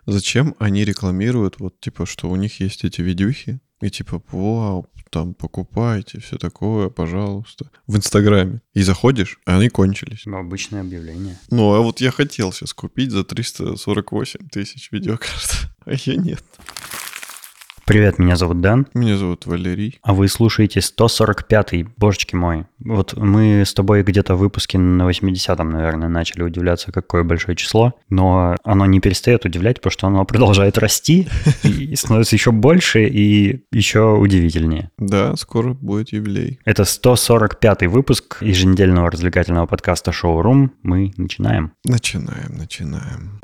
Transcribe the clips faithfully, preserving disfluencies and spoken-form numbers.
Зачем они рекламируют, вот, типа, что у них есть эти видюхи, и типа, вау, там, покупайте, все такое, пожалуйста, в Инстаграме. И заходишь, а они кончились. Ну, обычное объявление. Ну, а вот я хотел сейчас купить за триста сорок восемь тысяч видеокарт, а ее нет. Привет, меня зовут Дэн. Меня зовут Валерий. А вы слушаете сто сорок пятый, божечки мой. Вот мы с тобой где-то в выпуске на восьмидесятом, наверное, начали удивляться, какое большое число, но оно не перестает удивлять, потому что оно продолжает расти и становится еще больше и еще удивительнее. Да, скоро будет юбилей. Это сто сорок пятый выпуск еженедельного развлекательного подкаста «Шоурум». Мы начинаем. Начинаем, начинаем.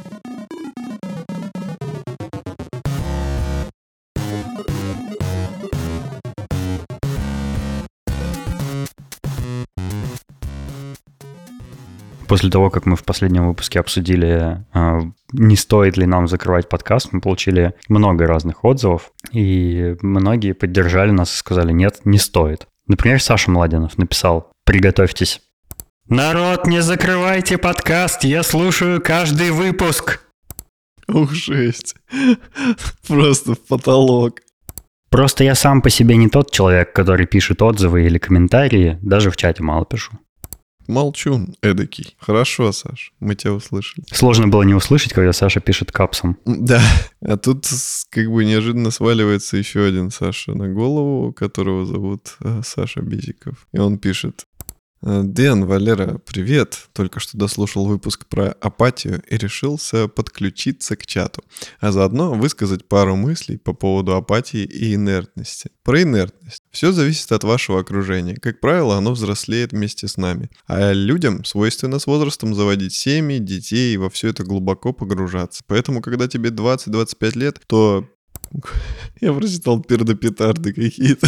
После того, как мы в последнем выпуске обсудили, не стоит ли нам закрывать подкаст, мы получили много разных отзывов, и многие поддержали нас и сказали, нет, не стоит. Например, Саша Младинов написал, приготовьтесь. Народ, не закрывайте подкаст, я слушаю каждый выпуск. Ух, жесть. Просто в потолок. Просто я сам по себе не тот человек, который пишет отзывы или комментарии, даже в чате мало пишу. Молчун эдакий. Хорошо, Саш, мы тебя услышали. Сложно было не услышать, когда Саша пишет капсом. Да, а тут как бы неожиданно сваливается еще один Саша на голову, которого зовут Саша Безиков. И он пишет: Дэн, Валера, привет. Только что дослушал выпуск про апатию и решился подключиться к чату, а заодно высказать пару мыслей по поводу апатии и инертности. Про инертность. Все зависит от вашего окружения. Как правило, оно взрослеет вместе с нами. А людям свойственно с возрастом заводить семьи, детей и во все это глубоко погружаться. Поэтому, когда тебе двадцать-двадцать пять лет, то... Я прочитал пердопетарды какие-то.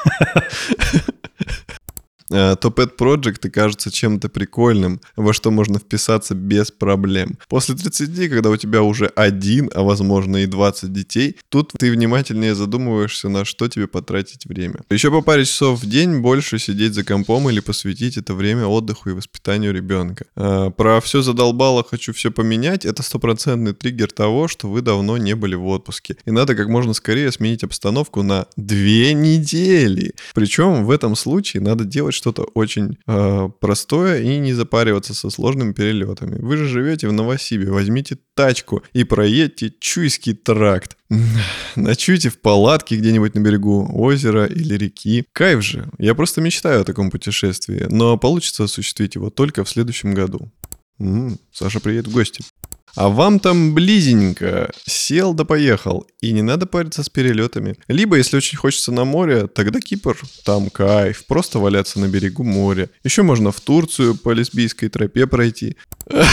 то Pet Project кажется чем-то прикольным, во что можно вписаться без проблем. После тридцати, когда у тебя уже один, а возможно и двадцать детей, тут ты внимательнее задумываешься, на что тебе потратить время. Еще по паре часов в день больше сидеть за компом или посвятить это время отдыху и воспитанию ребенка. А, про все задолбало, хочу все поменять, это стопроцентный триггер того, что вы давно не были в отпуске. И надо как можно скорее сменить обстановку на две недели. Причем в этом случае надо делать что-то очень э, простое и не запариваться со сложными перелетами. Вы же живете в Новосибе, возьмите тачку и проедьте Чуйский тракт. Ночуйте в палатке где-нибудь на берегу озера или реки. Кайф же. Я просто мечтаю о таком путешествии, но получится осуществить его только в следующем году. М-м, Саша приедет в гости. А вам там близенько. Сел да поехал. И не надо париться с перелетами. Либо, если очень хочется на море, тогда Кипр. Там кайф. Просто валяться на берегу моря. Еще можно в Турцию по лесбийской тропе пройти. Я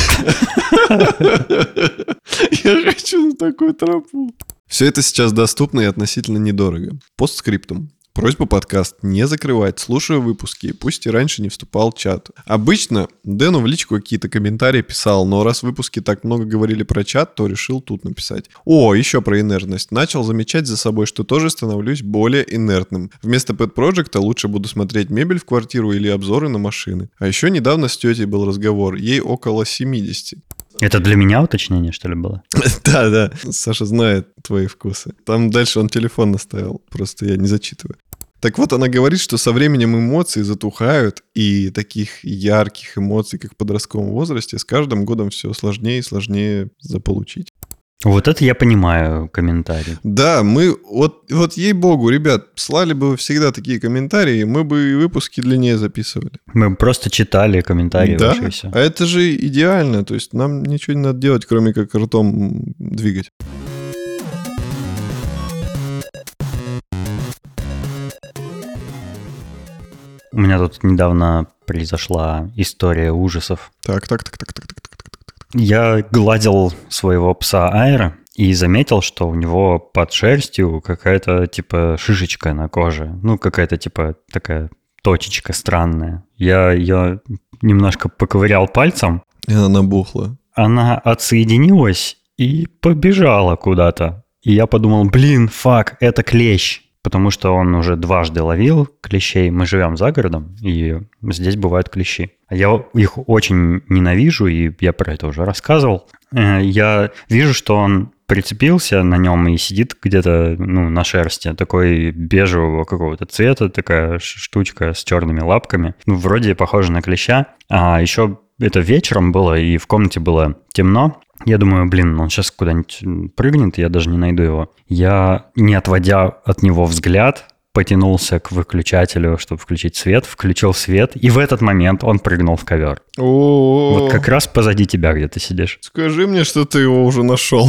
хочу на такую тропу. Все это сейчас доступно и относительно недорого. Постскриптум. Просьба подкаст не закрывать, слушаю выпуски, пусть и раньше не вступал в чат. Обычно Дэну в личку какие-то комментарии писал, но раз выпуски так много говорили про чат, то решил тут написать. О, еще про инертность. Начал замечать за собой, что тоже становлюсь более инертным. Вместо Pet Project лучше буду смотреть мебель в квартиру или обзоры на машины. А еще недавно с тетей был разговор, ей около семьдесят. Это для меня уточнение, что ли, было? Да, да. Саша знает твои вкусы. Там дальше он телефон наставил, просто я не зачитываю. Так вот, она говорит, что со временем эмоции затухают, и таких ярких эмоций, как в подростковом возрасте, с каждым годом все сложнее и сложнее заполучить. Вот это я понимаю комментарий. Да, мы, вот, вот ей-богу, ребят, слали бы вы всегда такие комментарии, мы бы и выпуски длиннее записывали. Мы просто читали комментарии да? ваши и все. А это же идеально, то есть нам ничего не надо делать, кроме как ртом двигать. У меня тут недавно произошла история ужасов. Так, так, так, так, так, так, так, так, так. Я гладил своего пса Айра и заметил, что у него под шерстью какая-то типа шишечка на коже. Ну, какая-то типа такая точечка странная. Я ее немножко поковырял пальцем. И она набухла. Она отсоединилась и побежала куда-то. И я подумал, блин, фак, это клещ. потому что он уже дважды ловил клещей. Мы живем за городом, и здесь бывают клещи. Я их очень ненавижу, и я про это уже рассказывал. Я вижу, что он прицепился на нем и сидит где-то, ну, на шерсти, такой бежевого какого-то цвета, такая штучка с черными лапками. Ну, вроде похоже на клеща. А еще это вечером было, и в комнате было темно. Я думаю, блин, он сейчас куда-нибудь прыгнет, я даже не найду его. Я, не отводя от него взгляд, потянулся к выключателю, чтобы включить свет, включил свет, и в этот момент он прыгнул в ковер. О-о-о. Вот как раз позади тебя, где ты сидишь. Скажи мне, что ты его уже нашел.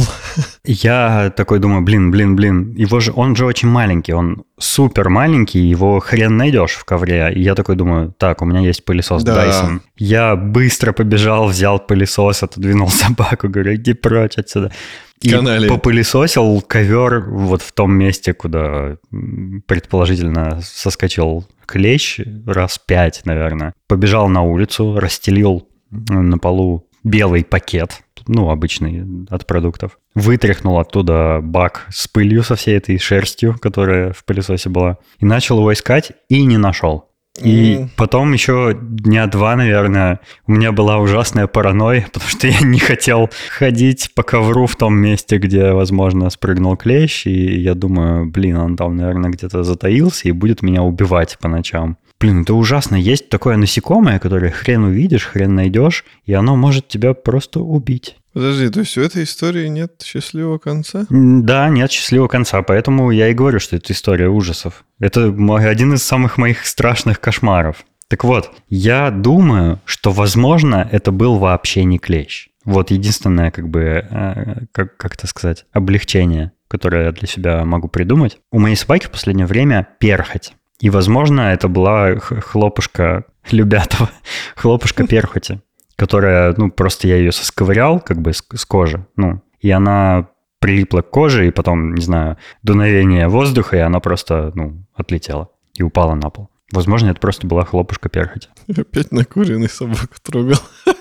Я такой думаю, блин, блин, блин, его же, он же очень маленький, он супер маленький, его хрен найдешь в ковре. И я такой думаю, так, у меня есть пылесос Да. Dyson. Я быстро побежал, взял пылесос, отодвинул собаку, говорю, иди прочь отсюда. И Канали. попылесосил ковер вот в том месте, куда м, предположительно соскочил клещ раз пять, наверное. Побежал на улицу, расстелил м, на полу белый пакет, ну, обычный от продуктов. Вытряхнул оттуда бак с пылью со всей этой шерстью, которая в пылесосе была. И начал его искать, и не нашел. И Mm. потом еще дня два, наверное, у меня была ужасная паранойя, потому что я не хотел ходить по ковру в том месте, где, возможно, спрыгнул клещ. И я думаю, блин, он там, наверное, где-то затаился и будет меня убивать по ночам. Блин, это ужасно. Есть такое насекомое, которое хрен увидишь, хрен найдешь, и оно может тебя просто убить. Подожди, то есть у этой истории нет счастливого конца? М, Да, нет счастливого конца, поэтому я и говорю, что это история ужасов. Это мой- один из самых моих страшных кошмаров. Так вот, я думаю, что, возможно, это был вообще не клещ. Вот единственное, как бы, э, как, как это сказать, облегчение, которое я для себя могу придумать. У моей собаки в последнее время перхоть. И, возможно, это была х- хлопушка Любятова, хлопушка перхоти, которая, ну, просто я ее сосковырял, как бы, с, с кожи, ну, и она прилипла к коже, и потом, не знаю, дуновение воздуха, и она просто, ну, отлетела и упала на пол. Возможно, это просто была хлопушка перхоти. Опять накуренный собаку трогал.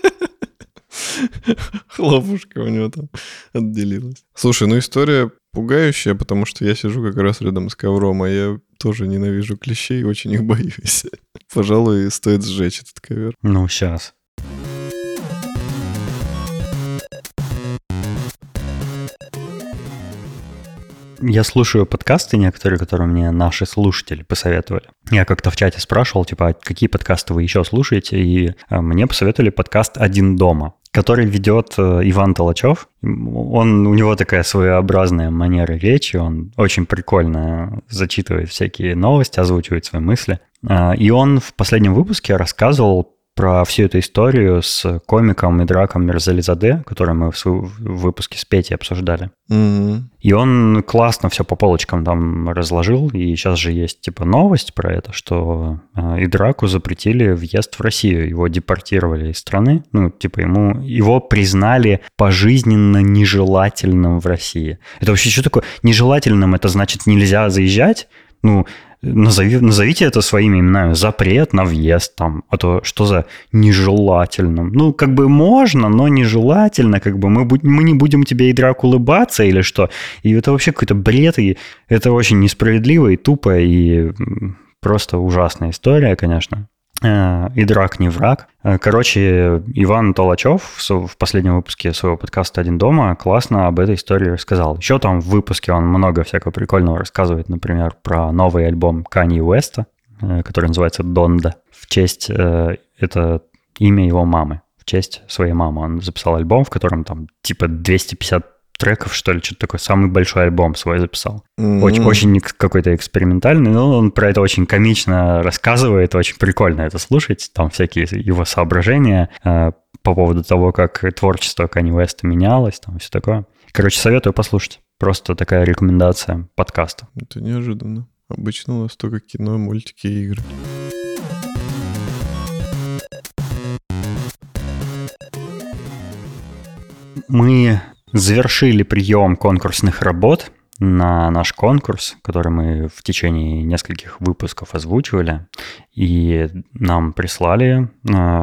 Хлопушка у него там отделилась. Слушай, ну история пугающая, потому что я сижу как раз рядом с ковром, а я тоже ненавижу клещей и очень их боюсь. Пожалуй, стоит сжечь этот ковер. Ну, сейчас. Я слушаю подкасты некоторые, которые мне наши слушатели посоветовали. Я как-то в чате спрашивал, типа, «А какие подкасты вы еще слушаете?» И а, мне посоветовали подкаст «Один дома», который ведет э, Иван Толачев. Он, у него такая своеобразная манера речи, он очень прикольно зачитывает всякие новости, озвучивает свои мысли. А, И он в последнем выпуске рассказывал про всю эту историю с комиком и драком Мирзализаде, который мы в своем выпуске с Петей обсуждали. Мгм. И он классно все по полочкам там разложил. И сейчас же есть типа новость про это, что э, Идраку запретили въезд в Россию. Его депортировали из страны. Ну, типа ему его признали пожизненно нежелательным в России. Это вообще что такое? Нежелательным это значит нельзя заезжать? Ну, назови, назовите это своими именами. Запрет на въезд там. А то что за нежелательным? Ну, как бы можно, но нежелательно. Как бы мы, будь- мы не будем тебе, Идрак, улыбаться или что? И это вообще какой-то бред. И это очень несправедливо и тупо. И м, просто ужасная история, конечно. Э, Идрак не враг. Э, Короче, Иван Толачев в со- в последнем выпуске своего подкаста «Один дома» классно об этой истории рассказал. Еще там в выпуске он много всякого прикольного рассказывает, например, про новый альбом Канье Уэста, э, который называется «Донда». В честь, э, это имя его мамы, в честь своей мамы. Он записал альбом, в котором там типа двести пятьдесят треков, что ли, что-то такое. Самый большой альбом свой записал. Очень, Мгм. очень экс- какой-то экспериментальный, но он про это очень комично рассказывает, очень прикольно это слушать, там всякие его соображения э, по поводу того, как творчество Канье Уэста менялось, там все такое. Короче, советую послушать. Просто такая рекомендация подкаста. Это неожиданно. Обычно у нас только кино, мультики и игры. Мы завершили прием конкурсных работ на наш конкурс, который мы в течение нескольких выпусков озвучивали, и нам прислали э,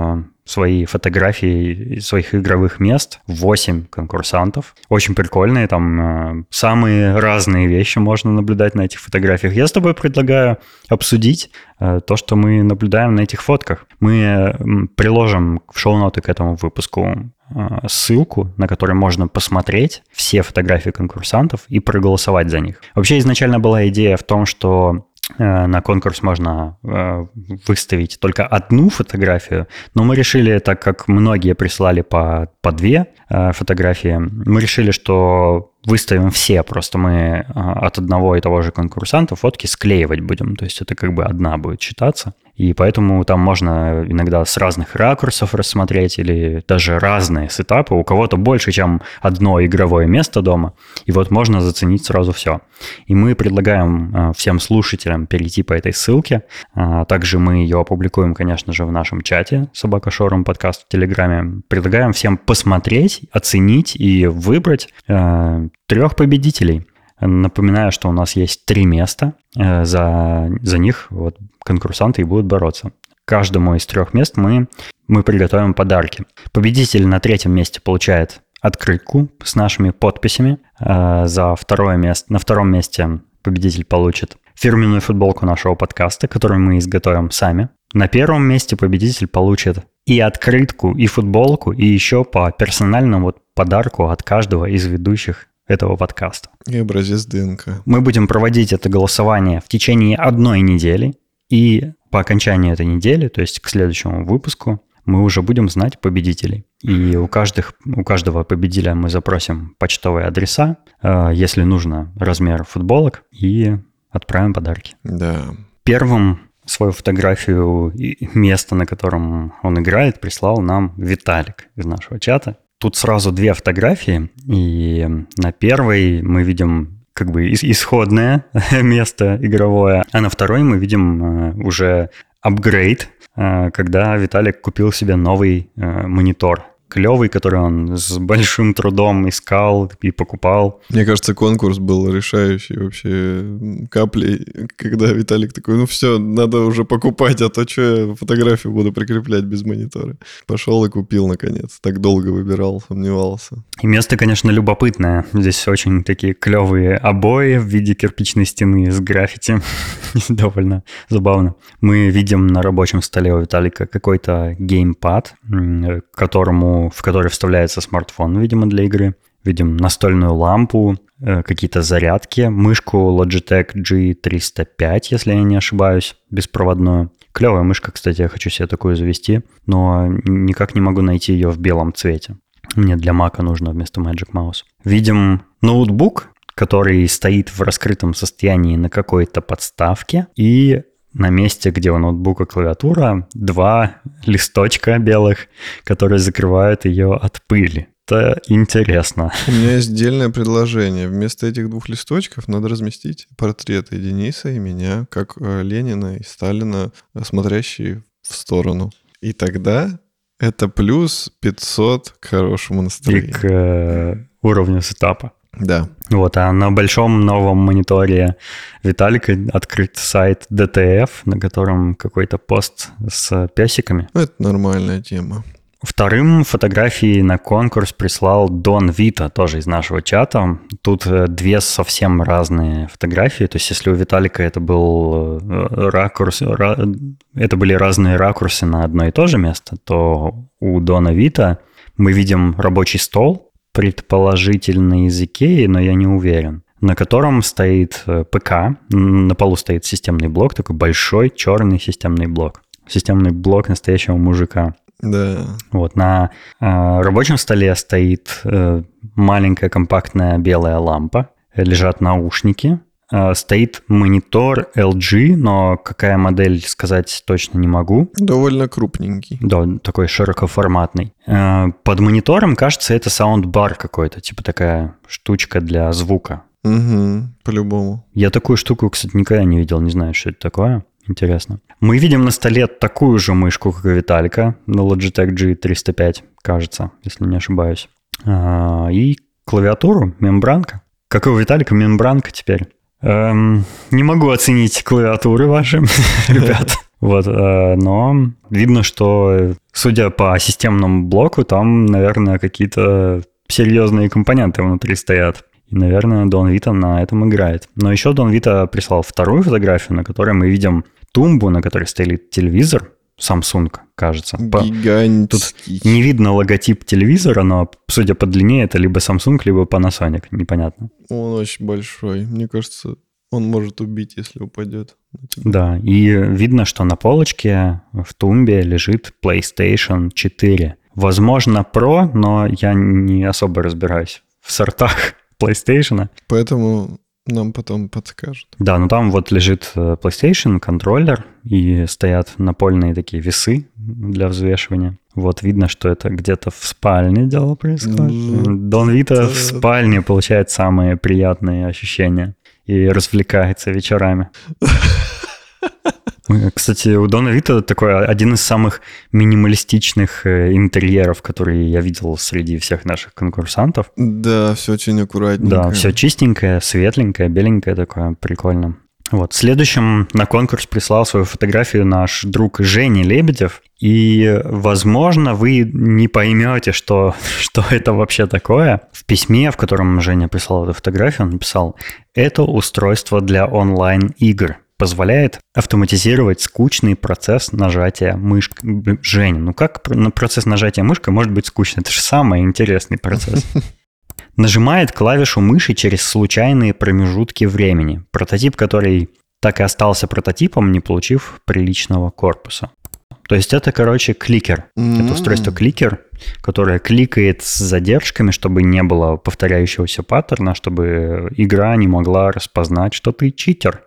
свои фотографии своих игровых мест, восемь конкурсантов. Очень прикольные, там э, самые разные вещи можно наблюдать на этих фотографиях. Я с тобой предлагаю обсудить э, то, что мы наблюдаем на этих фотках. Мы э, приложим в шоу-ноты к этому выпуску э, ссылку, на которой можно посмотреть все фотографии конкурсантов и проголосовать за них. Вообще изначально была идея в том, что на конкурс можно э, выставить только одну фотографию, но мы решили, так как многие прислали по, по две э, фотографии, мы решили, что выставим все, просто мы э, от одного и того же конкурсанта фотки склеивать будем, то есть это как бы одна будет считаться, и поэтому там можно иногда с разных ракурсов рассмотреть или даже разные сетапы, у кого-то больше, чем одно игровое место дома, и вот можно заценить сразу все. И мы предлагаем э, всем слушателям перейти по этой ссылке, а также мы ее опубликуем, конечно же, в нашем чате «Собака Шоурум подкаст» в Телеграме. Предлагаем всем посмотреть, оценить и выбрать э, трех победителей. Напоминаю, что у нас есть три места, э, за, за них вот, конкурсанты и будут бороться. Каждому из трех мест мы, мы приготовим подарки. Победитель на третьем месте получает открытку с нашими подписями. Э, за второе место, на втором месте победитель получит фирменную футболку нашего подкаста, которую мы изготовим сами. На первом месте победитель получит и открытку, и футболку, и еще по персональному вот подарку от каждого из ведущих этого подкаста. И образец ДНК. Мы будем проводить это голосование в течение одной недели, и по окончании этой недели, то есть к следующему выпуску, мы уже будем знать победителей. И у, каждых, у каждого победителя мы запросим почтовые адреса, если нужно, размер футболок, и отправим подарки. Да. Первым свою фотографию и место, на котором он играет, прислал нам Виталик из нашего чата. Тут сразу две фотографии, и на первой мы видим как бы исходное место игровое, а на второй мы видим уже апгрейд, когда Виталик купил себе новый монитор. Клевый, который он с большим трудом искал и покупал. Мне кажется, конкурс был решающий вообще каплей, когда Виталик такой, ну все, надо уже покупать, а то что я фотографию буду прикреплять без монитора. Пошел и купил, наконец. Так долго выбирал, сомневался. И место, конечно, любопытное. Здесь очень такие клевые обои в виде кирпичной стены с граффити. Довольно забавно. Мы видим на рабочем столе у Виталика какой-то геймпад, к которому в который вставляется смартфон, видимо, для игры. Видим настольную лампу, какие-то зарядки, мышку Logitech джи триста пять, если я не ошибаюсь, беспроводную. Клевая мышка, кстати, я хочу себе такую завести, но никак не могу найти ее в белом цвете. Мне для Mac нужно вместо Magic Mouse. Видим ноутбук, который стоит в раскрытом состоянии на какой-то подставке, и на месте, где у ноутбука клавиатура, два листочка белых, которые закрывают ее от пыли. Это интересно. У меня есть отдельное предложение. Вместо этих двух листочков надо разместить портреты Дениса и меня, как Ленина и Сталина, смотрящие в сторону. И тогда это плюс пятьсот к хорошему настроению. И к э, уровню сетапа. Да. Вот, а на большом новом мониторе Виталика открыт сайт ди ти эф, на котором какой-то пост с песиками. Это нормальная тема. Вторым фотографии на конкурс прислал Дон Вита, тоже из нашего чата. Тут две совсем разные фотографии. То есть, если у Виталика это был ракурс, это были разные ракурсы на одно и то же место, то у Дона Вита мы видим рабочий стол, предположительно из Икеи, но я не уверен, на котором стоит ПК, на полу стоит системный блок, такой большой черный системный блок. Системный блок настоящего мужика. Да. Вот, на э, рабочем столе стоит э, маленькая компактная белая лампа, лежат наушники, э, стоит монитор эл джи, но какая модель сказать точно не могу. Довольно крупненький. Да, такой широкоформатный. Э, под монитором, кажется, это саундбар какой-то, типа такая штучка для звука. Угу, по-любому. Я такую штуку, кстати, никогда не видел, не знаю, что это такое. Интересно. Мы видим на столе такую же мышку, как и Виталика, на Logitech джи триста пять, кажется, если не ошибаюсь. А, и клавиатуру, мембранка. Как и у Виталика, мембранка теперь. Эм, не могу оценить клавиатуры ваши, ребят. Вот, но видно, что, судя по системному блоку, там, наверное, какие-то серьезные компоненты внутри стоят. И, наверное, Don Vito на этом играет. Но еще Don Vito прислал вторую фотографию, на которой мы видим тумбу, на которой стоит телевизор. Samsung, кажется. Гигантский. Тут не видно логотип телевизора, но, судя по длине, это либо Samsung, либо Panasonic. Непонятно. Он очень большой. Мне кажется, он может убить, если упадет. Да, и видно, что на полочке в тумбе лежит PlayStation четыре. Возможно, Pro, но я не особо разбираюсь в сортах PlayStation. Поэтому нам потом подскажут. Да, ну там вот лежит PlayStation, контроллер, и стоят напольные такие весы для взвешивания. Вот видно, что это где-то в спальне дело происходит. Don Vito в спальне получает самые приятные ощущения и развлекается вечерами. Кстати, у Дона Вито такой один из самых минималистичных интерьеров, которые я видел среди всех наших конкурсантов. Да, все очень аккуратненько. Да, все чистенькое, светленькое, беленькое такое, прикольно. Вот. Следующим на конкурс прислал свою фотографию наш друг Женя Лебедев. И, возможно, вы не поймете, что, что это вообще такое. В письме, в котором Женя прислал эту фотографию, он написал: «Это устройство для онлайн-игр. Позволяет автоматизировать скучный процесс нажатия мышкой». Женя, ну как процесс нажатия мышкой может быть скучный? Это же самый интересный процесс. Нажимает клавишу мыши через случайные промежутки времени. Прототип, который так и остался прототипом, не получив приличного корпуса. То есть это, короче, кликер. Mm-hmm. Это устройство-кликер, которое кликает с задержками, чтобы не было повторяющегося паттерна, чтобы игра не могла распознать, что ты читер.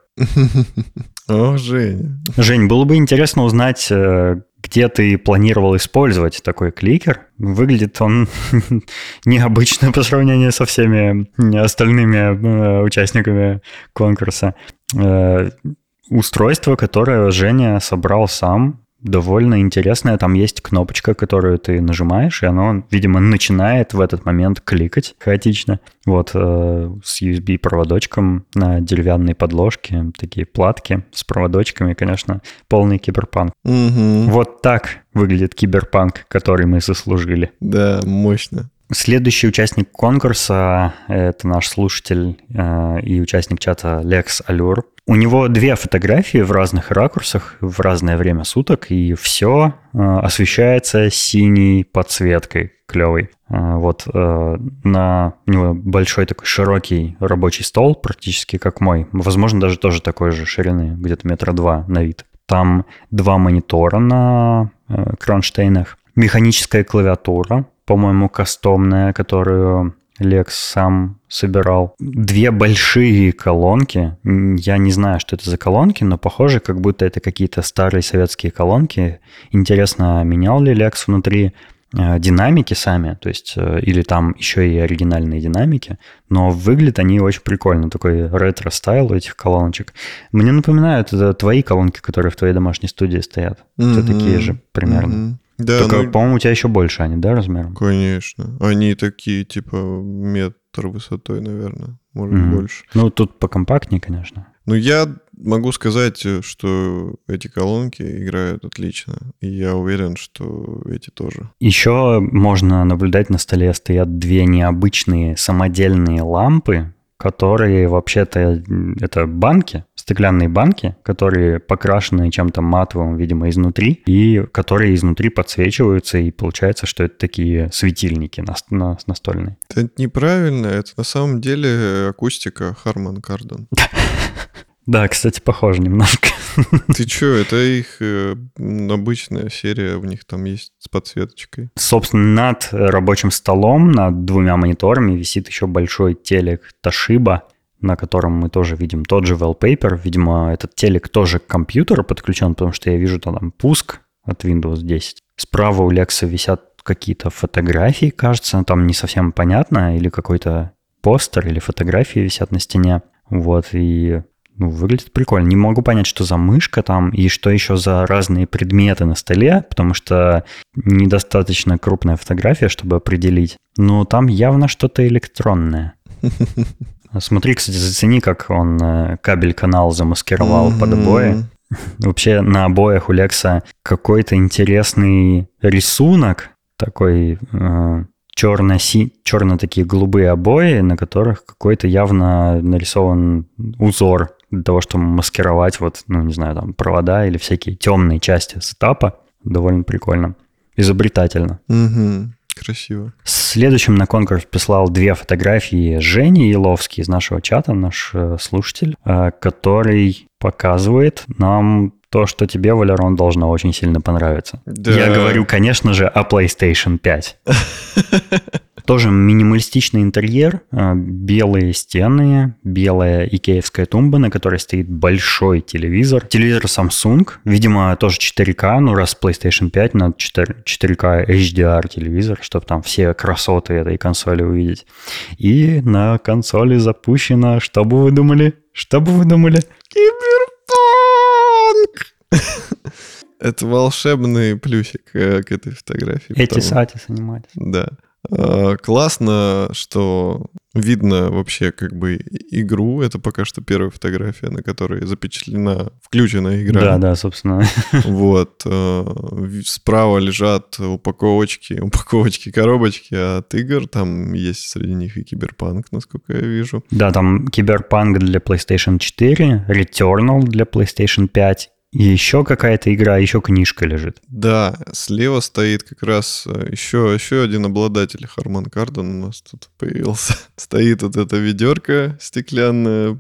О, Женя. Жень, было бы интересно узнать, где ты планировал использовать такой кликер. Выглядит он необычно по сравнению со всеми остальными участниками конкурса. Устройство, которое Женя собрал сам, довольно интересное. Там есть кнопочка, которую ты нажимаешь, и оно, видимо, начинает в этот момент кликать хаотично. Вот э, с ю эс би-проводочком на деревянной подложке, такие платки с проводочками, конечно, полный киберпанк. Угу. Вот так выглядит киберпанк, который мы заслужили. Да, мощно. Следующий участник конкурса – это наш слушатель э, и участник чата Лекс Алюр. У него две фотографии в разных ракурсах, в разное время суток, и все э, освещается синей подсветкой клевой. Э, вот э, на у него большой такой широкий рабочий стол, практически как мой. Возможно, даже тоже такой же ширины, где-то метра два на вид. Там два монитора на э, кронштейнах, механическая клавиатура, по-моему, кастомная, которую Лекс сам собирал. Две большие колонки. Я не знаю, что это за колонки, но похоже, как будто это какие-то старые советские колонки. Интересно, менял ли Лекс внутри э, динамики сами, то есть, э, или там еще и оригинальные динамики, но выглядят они очень прикольно. Такой ретро-стайл у этих колоночек. Мне напоминают это твои колонки, которые в твоей домашней студии стоят. Mm-hmm. Это такие же примерно. Mm-hmm. Да, только, ну, по-моему, у тебя еще больше они, да, размером? Конечно. Они такие, типа, метр высотой, наверное. Может, mm-hmm. больше. Ну, тут покомпактнее, конечно. Ну, я могу сказать, что эти колонки играют отлично. И я уверен, что эти тоже. Еще можно наблюдать, на столе стоят две необычные самодельные лампы, которые вообще-то это банки, стеклянные банки, которые покрашены чем-то матовым, видимо, изнутри, и которые изнутри подсвечиваются, и получается, что это такие светильники настольные. Это неправильно, это на самом деле акустика Harman Kardon. Да, кстати, похоже немножко. Ты чё, это их э, обычная серия, у них там есть с подсветочкой. Собственно, над рабочим столом, над двумя мониторами висит еще большой телек Toshiba, на котором мы тоже видим тот же wallpaper. Видимо, этот телек тоже к компьютеру подключен, потому что я вижу там пуск от Windows десять. Справа у Лекса висят какие-то фотографии, кажется, там не совсем понятно, или какой-то постер, или фотографии висят на стене. Вот, и... Ну, выглядит прикольно. Не могу понять, что за мышка там и что еще за разные предметы на столе, потому что недостаточно крупная фотография, чтобы определить. Но там явно что-то электронное. Смотри, кстати, зацени, как он кабель-канал замаскировал mm-hmm. под обои. Вообще на обоях у Лекса какой-то интересный рисунок, такой э, черно-си, черно такие голубые обои, на которых какой-то явно нарисован узор для того, чтобы маскировать вот, ну, не знаю, там, провода или всякие темные части сетапа. Довольно прикольно. Изобретательно. Угу. Красиво. Следующим на конкурс прислал две фотографии Жени Еловский из нашего чата, наш слушатель, который показывает нам то, что тебе, Валерон, должно очень сильно понравиться. Да. Я говорю, конечно же, о PlayStation пять. Тоже минималистичный интерьер, белые стены, белая икеевская тумба, на которой стоит большой телевизор. Телевизор Samsung, видимо, тоже четыре ка, ну раз PlayStation пять, надо четыре ка эйч ди ар телевизор, чтобы там все красоты этой консоли увидеть. И на консоли запущено, что бы вы думали? Что бы вы думали? Киберпанк! Это волшебный плюсик к этой фотографии. Эти сати занимались. Да. Классно, что видно вообще как бы игру. Это пока что первая фотография, на которой запечатлена, включена игра. Да, да, собственно. Вот. Справа лежат упаковочки, упаковочки, коробочки от игр. Там есть среди них и Киберпанк, насколько я вижу. Да, там Киберпанк для PlayStation четыре, Returnal для PlayStation пять. И еще какая-то игра, еще книжка лежит. Да, слева стоит как раз еще, еще один обладатель Harman Kardon у нас тут появился. Стоит вот эта ведерко стеклянная.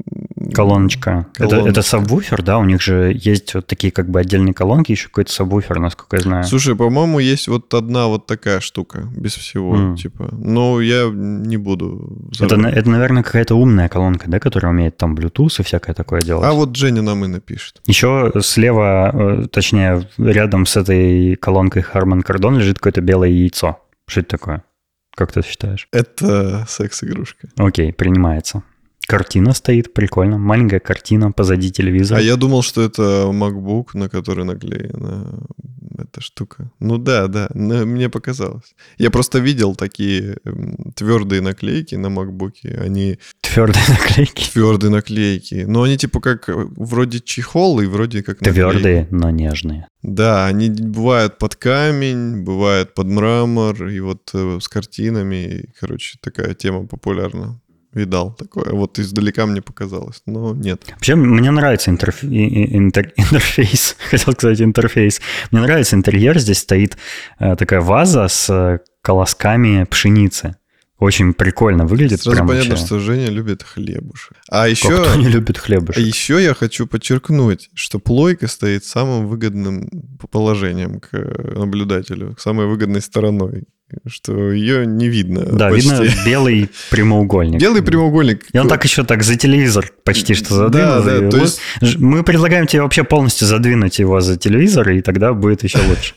Колоночка. Это, это сабвуфер, да? У них же есть вот такие как бы отдельные колонки, еще какой-то сабвуфер, насколько я знаю. Слушай, по-моему, есть вот одна вот такая штука, без всего, mm. типа. Но я не буду... Это, это, наверное, какая-то умная колонка, да, которая умеет там Bluetooth и всякое такое делать. А вот Женя нам и напишет. Еще слева, точнее, рядом с этой колонкой Harman Kardon лежит какое-то белое яйцо. Что это такое? Как ты считаешь? Это секс-игрушка. Окей, принимается. Картина стоит, прикольно. Маленькая картина позади телевизора. А я думал, что это MacBook, на который наклеена эта штука. Ну да, да, мне показалось. Я просто видел такие твердые наклейки на MacBook. Они... Твердые наклейки? Твердые наклейки. Но они типа как вроде чехол и вроде как наклейки. Твердые, но нежные. Да, они бывают под камень, бывают под мрамор, и вот с картинами. Короче, такая тема популярна. Видал такое. Вот издалека мне показалось, но нет. Вообще, мне нравится интерф... интер... интерфейс. Хотел сказать интерфейс. Мне нравится интерьер. Здесь стоит э, такая ваза с колосками пшеницы. Очень прикольно выглядит. Сразу прям понятно, вообще. Что Женя любит хлебушек. А еще... Кто не любит хлебушек? А еще я хочу подчеркнуть, что плойка стоит самым выгодным положением к наблюдателю, самой выгодной стороной. Что ее не видно. Да, почти. Видно белый прямоугольник. Белый прямоугольник. И он так еще так за телевизор почти что задвинул. Да, да, то есть... Мы предлагаем тебе вообще полностью задвинуть его за телевизор, и тогда будет еще лучше.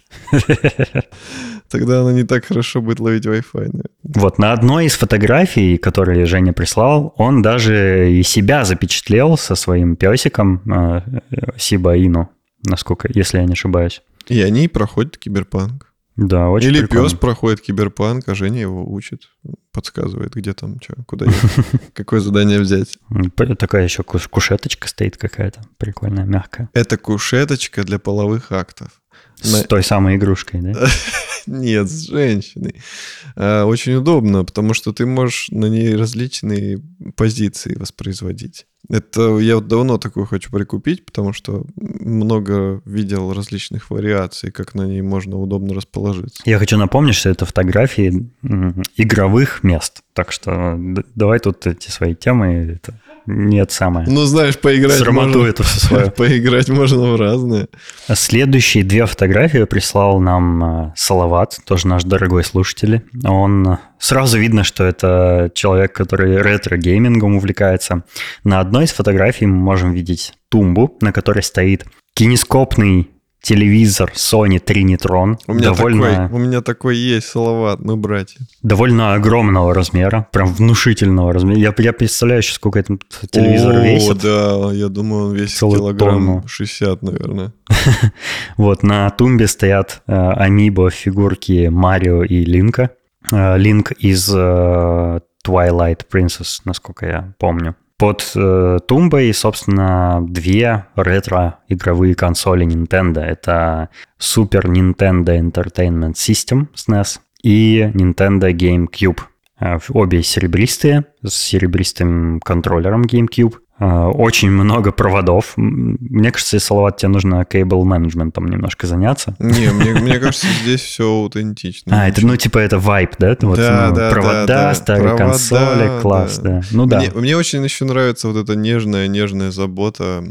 Тогда она не так хорошо будет ловить Wi-Fi. Вот, на одной из фотографий, которые Женя прислал, он даже и себя запечатлел со своим песиком Сиба Ину, насколько, если я не ошибаюсь. И они проходят киберпанк. Да, очень Или прикольно. Пес проходит киберпанк, а Женя его учит, подсказывает, где там, что, куда ехать, какое задание взять. Такая еще кушеточка стоит какая-то прикольная, мягкая. Это кушеточка для половых актов. С той самой игрушкой, да? Нет, с женщиной. Очень удобно, потому что ты можешь на ней различные позиции воспроизводить. Это я вот давно такую хочу прикупить, потому что много видел различных вариаций, как на ней можно удобно расположиться. Я хочу напомнить, что это фотографии игровых мест. Так что давай тут эти свои темы... Это... Нет, самое. Ну, знаешь, поиграть можно... это все свое. Поиграть можно в разные. Следующие две фотографии прислал нам Салават, тоже наш дорогой слушатель. Он... Сразу видно, что это человек, который ретро-геймингом увлекается. На одной из фотографий мы можем видеть тумбу, на которой стоит кинескопный телевизор Sony Trinitron. У меня, довольно, такой, у меня такой есть, Салават, мы братья. Довольно огромного размера, прям внушительного размера. Я, я представляю, сколько этот телевизор О, весит. Да, я думаю, он весит Целую килограмм тонну. шестьдесят, наверное. Вот, на тумбе стоят амибо фигурки Марио и Линка. Линк из Twilight Princess, насколько я помню. под э, тумбой, собственно, две ретро-игровые консоли Nintendo. Это Super Nintendo Entertainment System эс эн и эс и Nintendo GameCube. Обе серебристые, с серебристым контроллером GameCube. Очень много проводов. Мне кажется, Салават, тебе нужно кейбл-менеджментом немножко заняться. Не, мне, мне кажется, здесь все аутентично. А, это, ну, типа, это вайб, да? Вот, да, ну, да, провода, да, да. старые провода, консоли, класс, да. да. Ну, да. Мне, мне очень еще нравится вот эта нежная-нежная забота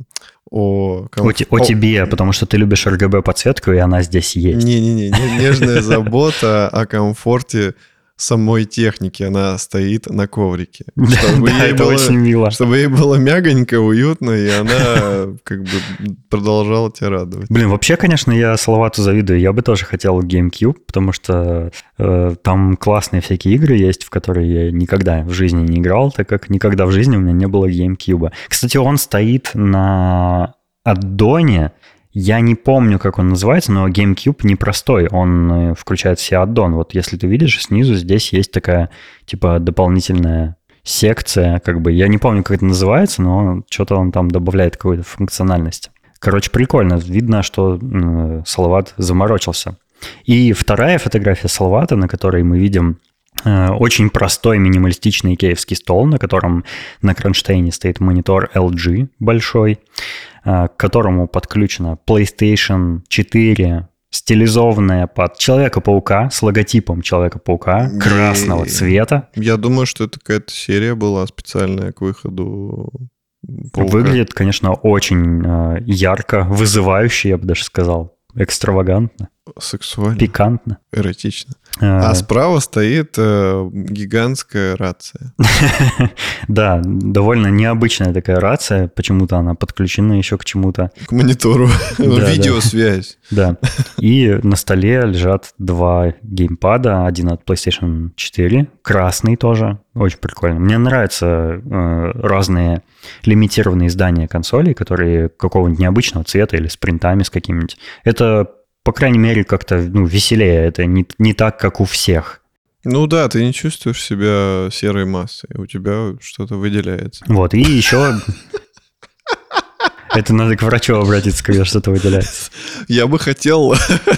о... Комф... О, те, о тебе, потому что ты любишь эр гэ бэ-подсветку, и она здесь есть. Не-не-не, нежная забота о комфорте самой техники, она стоит на коврике. Чтобы да, ей это было, очень мило. Чтобы ей было мягонько, уютно, и она как бы продолжала тебя радовать. Блин, вообще, конечно, я Салавату завидую. Я бы тоже хотел GameCube, потому что э, там классные всякие игры есть, в которые я никогда в жизни не играл, так как никогда в жизни у меня не было GameCube. Кстати, он стоит на аддоне. Я не помню, как он называется, но GameCube непростой, он включает в себя аддон. Вот если ты видишь, снизу здесь есть такая, типа, дополнительная секция, как бы, я не помню, как это называется, но что-то он там добавляет какой-то функциональности. Короче, прикольно, видно, что э, Салават заморочился. И вторая фотография Салавата, на которой мы видим э, очень простой минималистичный икеевский стол, на котором на кронштейне стоит монитор эл джи большой, к которому подключена PlayStation четыре, стилизованная под Человека-паука, с логотипом Человека-паука, красного И... цвета. Я думаю, что это какая-то серия была специальная к выходу Паука. Выглядит, конечно, очень э, ярко, вызывающе, я бы даже сказал. Экстравагантно. Сексуально. Пикантно. Эротично. А справа стоит э, гигантская рация. Да, довольно необычная такая рация. Почему-то она подключена еще к чему-то. К монитору. Да, видеосвязь. Да. И на столе лежат два геймпада. Один от PlayStation четыре. Красный тоже. Очень прикольно. Мне нравятся э, разные лимитированные издания консолей, которые какого-нибудь необычного цвета или с принтами с какими-нибудь. Это, по крайней мере, как-то ну, веселее. Это не, не так, как у всех. Ну да, ты не чувствуешь себя серой массой. У тебя что-то выделяется. Вот, и еще... Это надо к врачу обратиться, когда что-то выделяется. Я бы хотел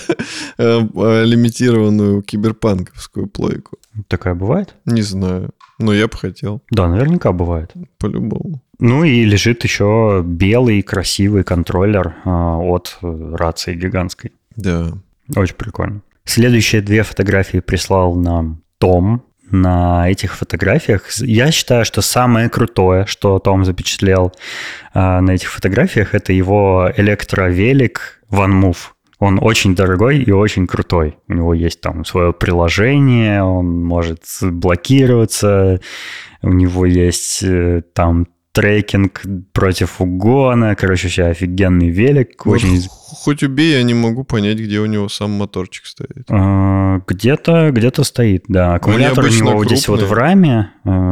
лимитированную киберпанковскую плойку. Такая бывает? Не знаю, но я бы хотел. Да, наверняка бывает. По-любому. Ну и лежит еще белый красивый контроллер а, от рации гигантской. Да. Очень прикольно. Следующие две фотографии прислал нам Том. На этих фотографиях я считаю, что самое крутое, что Том запечатлел а, на этих фотографиях, это его электровелик OneMove. Он очень дорогой и очень крутой. У него есть там свое приложение, он может блокироваться, у него есть там трекинг против угона. Короче, вообще офигенный велик. Вот очень... Хоть убей, я не могу понять, где у него сам моторчик стоит. А, где-то, где-то стоит, да. Аккумулятор у него крупные. здесь вот в раме,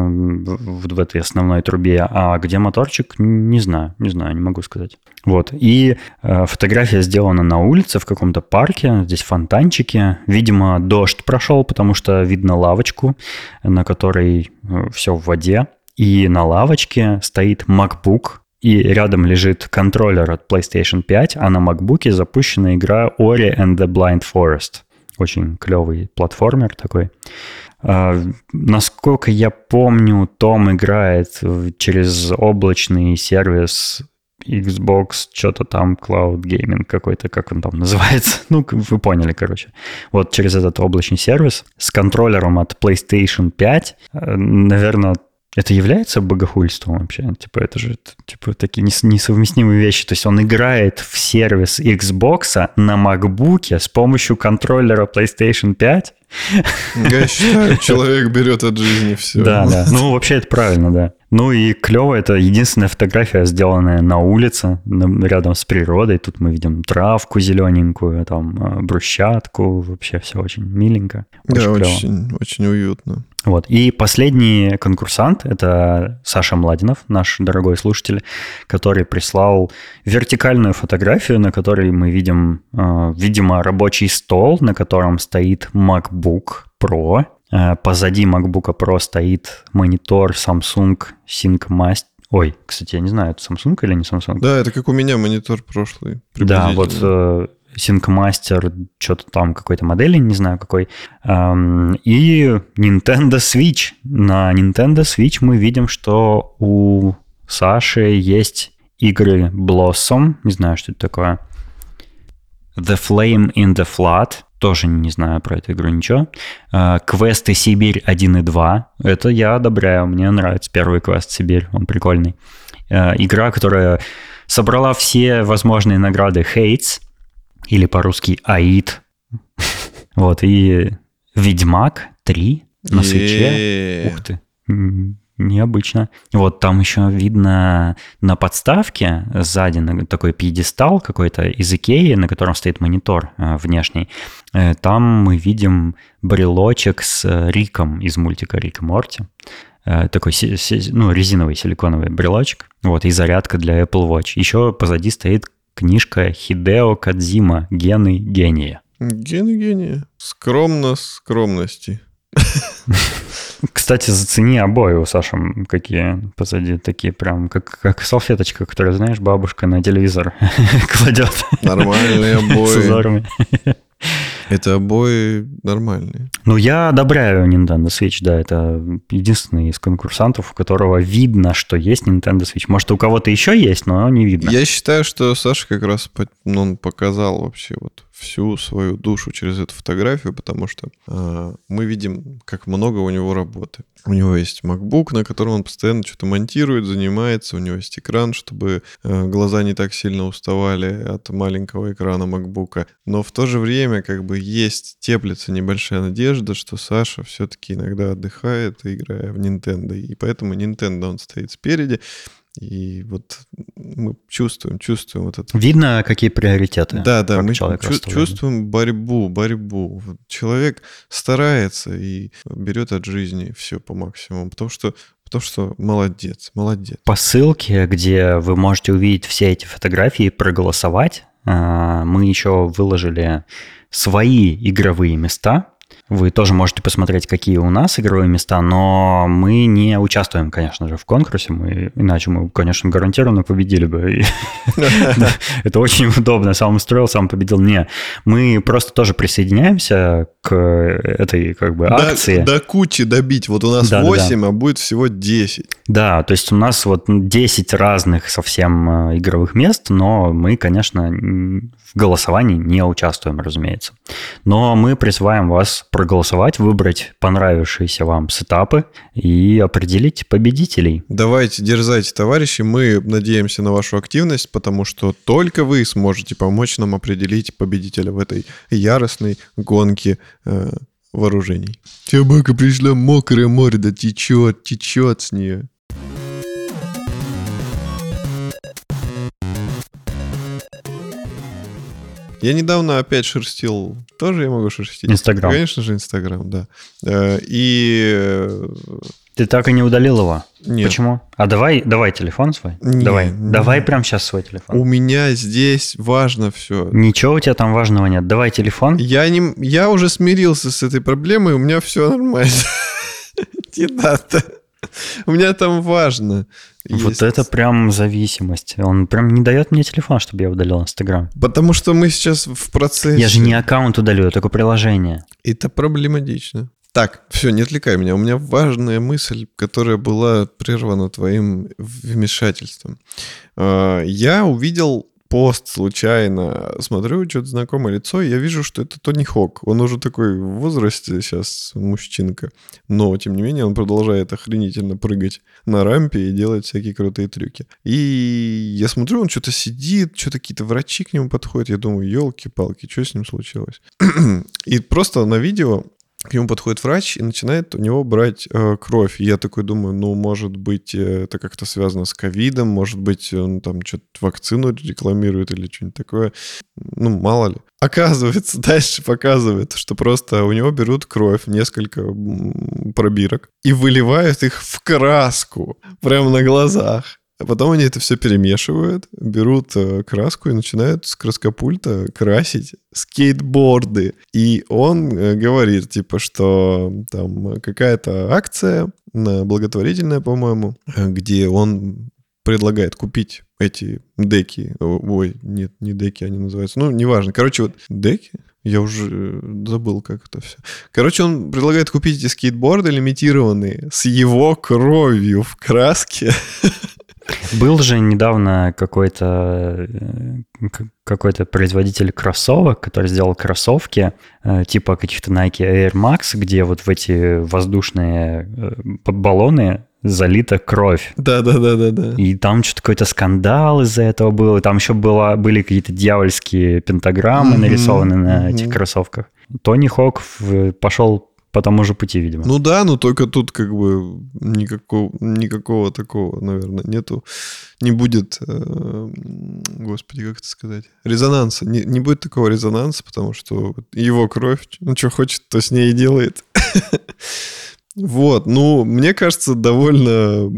вот в этой основной трубе, а где моторчик, не знаю, не знаю, не могу сказать. Вот, и фотография сделана на улице, в каком-то парке, здесь фонтанчики. Видимо, дождь прошел, потому что видно лавочку, на которой все в воде. И на лавочке стоит MacBook, и рядом лежит контроллер от PlayStation пять, а на MacBook'е запущена игра Ori and the Blind Forest. Очень клевый платформер такой. А, насколько я помню, Том играет через облачный сервис Xbox, что-то там, Cloud Gaming какой-то, как он там называется. Ну, вы поняли, короче. Вот через этот облачный сервис с контроллером от PlayStation пять, наверное, это является богохульством вообще? Типа, это же типа, такие несовместимые вещи. То есть он играет в сервис Xbox на MacBook'е с помощью контроллера PlayStation пять. Я считаю, человек берет от жизни все. Да, да. Ну, вообще это правильно, да. Ну и клево, это единственная фотография, сделанная на улице, рядом с природой. Тут мы видим травку зелененькую, там брусчатку, вообще все очень миленько. Очень да, клево. Очень, очень уютно. Вот. И последний конкурсант – это Саша Младинов, наш дорогой слушатель, который прислал вертикальную фотографию, на которой мы видим, видимо, рабочий стол, на котором стоит MacBook Pro. Позади MacBook Pro стоит монитор Samsung ThinkMaster. Ой, кстати, я не знаю, это Samsung или не Samsung? Да, это как у меня монитор прошлый. Да, вот э, ThinkMaster, что-то там какой-то модели, не знаю какой. Эм, и Nintendo Switch. На Nintendo Switch мы видим, что у Саши есть игры Blossom. Не знаю, что это такое. The Flame in the Flood. Тоже не знаю про эту игру ничего. Квесты Сибирь один и два. Это я одобряю. Мне нравится первый квест Сибирь. Он прикольный. Игра, которая собрала все возможные награды Хейтс. Или по-русски Аид. Вот. И Ведьмак три на свитче. Ух ты. Необычно. Вот там еще видно на подставке сзади такой пьедестал какой-то из Икеи, на котором стоит монитор э, внешний. Э, там мы видим брелочек с Риком из мультика «Рик и Морти». Э, такой си- си- ну, резиновый силиконовый брелочек. Вот, и зарядка для Apple Watch. Еще позади стоит книжка Хидео Кодзима «Гены гения». Гены гения. Скромно скромности. Кстати, зацени обои у Саши, какие позади, такие прям, как, как салфеточка, которую, знаешь, бабушка на телевизор кладет. Нормальные обои. С узорами. Это обои нормальные. Ну, я одобряю Nintendo Switch, да, это единственный из конкурсантов, у которого видно, что есть Nintendo Switch. Может, у кого-то еще есть, но не видно. Я считаю, что Саша как раз ну, он показал вообще вот всю свою душу через эту фотографию, потому что э, мы видим, как много у него работы. У него есть MacBook, на котором он постоянно что-то монтирует, занимается. У него есть экран, чтобы э, глаза не так сильно уставали от маленького экрана MacBook. Но в то же время как бы есть, теплится небольшая надежда, что Саша все-таки иногда отдыхает, играя в Nintendo. И поэтому Nintendo он стоит спереди. И вот мы чувствуем, чувствуем вот это. Видно, какие приоритеты. Да, да, мы чу- чувствуем борьбу, борьбу. Человек старается и берет от жизни все по максимуму, потому что, потому что молодец, молодец. По ссылке, где вы можете увидеть все эти фотографии и проголосовать, мы еще выложили свои игровые места. Вы тоже можете посмотреть, какие у нас игровые места, но мы не участвуем, конечно же, в конкурсе. Мы, иначе мы, конечно, гарантированно победили бы. Это очень удобно. Сам устроил, сам победил. Не, мы просто тоже присоединяемся к этой как бы акции. До кучи добить. Вот у нас восемь, а будет всего десять. Да, то есть у нас вот десять разных совсем игровых мест, но мы, конечно, в голосовании не участвуем, разумеется. Но мы призываем вас проголосовать, выбрать понравившиеся вам сетапы и определить победителей. Давайте, дерзайте, товарищи. Мы надеемся на вашу активность, потому что только вы сможете помочь нам определить победителя в этой яростной гонке э, вооружений. Собака пришла, мокрая морда течет, течет с нее. Я недавно опять шерстил... Тоже я могу шерстить? Инстаграм. Конечно же, Инстаграм, да. И... Ты так и не удалил его? Нет. Почему? А давай, давай телефон свой. Не, давай, не. давай прямо сейчас свой телефон. У меня здесь важно все. Ничего у тебя там важного нет. Давай телефон. Я, не, я уже смирился с этой проблемой, у меня все нормально. Не надо. У меня там важно. Вот есть. это прям зависимость. Он прям не дает мне телефон, чтобы я удалил Инстаграм. Потому что мы сейчас в процессе. Я же не аккаунт удалю, я только приложение. Это проблематично. Так, все, не отвлекай меня. У меня важная мысль, которая была прервана твоим вмешательством. Я увидел пост случайно, смотрю, что-то знакомое лицо, и я вижу, что это Тони Хок. Он уже такой в возрасте сейчас, мужчинка. Но, тем не менее, он продолжает охренительно прыгать на рампе и делать всякие крутые трюки. И я смотрю, он что-то сидит, что-то какие-то врачи к нему подходят. Я думаю, елки-палки, что с ним случилось? И просто на видео к нему подходит врач и начинает у него брать э, кровь. И я такой думаю, ну, может быть, это как-то связано с ковидом, может быть, он там что-то вакцину рекламирует или что-нибудь такое. Ну, мало ли. Оказывается, дальше показывает, что просто у него берут кровь, несколько пробирок, и выливают их в краску прямо на глазах. А потом они это все перемешивают, берут краску и начинают с краскопульта красить скейтборды. И он говорит, типа, что там какая-то акция благотворительная, по-моему, где он предлагает купить эти деки. Ой, нет, не деки они называются. Ну, неважно. Короче, вот деки... Я уже забыл, как это все. Короче, он предлагает купить эти скейтборды лимитированные с его кровью в краске. Был же недавно какой-то какой-то производитель кроссовок, который сделал кроссовки типа каких-то Nike Air Max, где вот в эти воздушные баллоны залита кровь. Да-да-да-да-да. И там что-то какой-то скандал из-за этого был. И там еще было, были какие-то дьявольские пентаграммы mm-hmm. нарисованы на mm-hmm. этих кроссовках. Тони Хок пошел по тому же пути, видимо. Ну да, но только тут как бы никакого, никакого такого, наверное, нету. Не будет, э, господи, как это сказать, резонанса. Не, не будет такого резонанса, потому что его кровь, ну что хочет, то с ней и делает. Вот, ну, мне кажется, довольно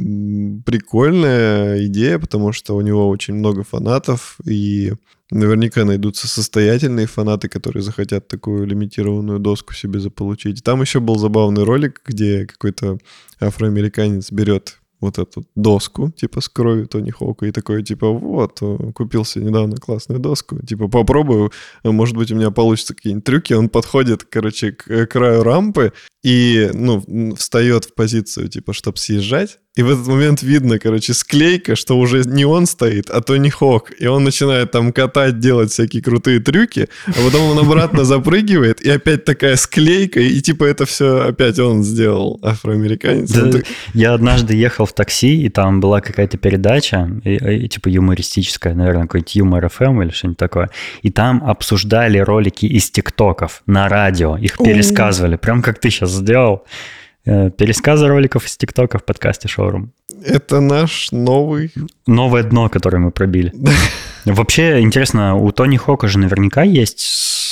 прикольная идея, потому что у него очень много фанатов, и наверняка найдутся состоятельные фанаты, которые захотят такую лимитированную доску себе заполучить. Там еще был забавный ролик, где какой-то афроамериканец берет вот эту доску, типа, с кровью Тони Хоука, и такой, типа, вот, купил себе недавно классную доску, типа, попробую, может быть, у меня получится какие-нибудь трюки. Он подходит, короче, к краю рампы и, ну, встает в позицию, типа, чтобы съезжать, и в этот момент видно, короче, склейка, что уже не он стоит, а Тони Хок, и он начинает там катать, делать всякие крутые трюки, а потом он обратно запрыгивает, и опять такая склейка, и, типа, это все опять он сделал, афроамериканец. Да, так... Я однажды ехал в такси, и там была какая-то передача, и, и, типа юмористическая, наверное, какой-нибудь Юмор эф эм или что-нибудь такое, и там обсуждали ролики из ТикТоков на радио, их пересказывали, прям как ты сейчас сделал. Пересказы роликов из ТикТока в подкасте «Шоурум». Это наш новый... Новое дно, которое мы пробили. Вообще, интересно, у Тони Хока же наверняка есть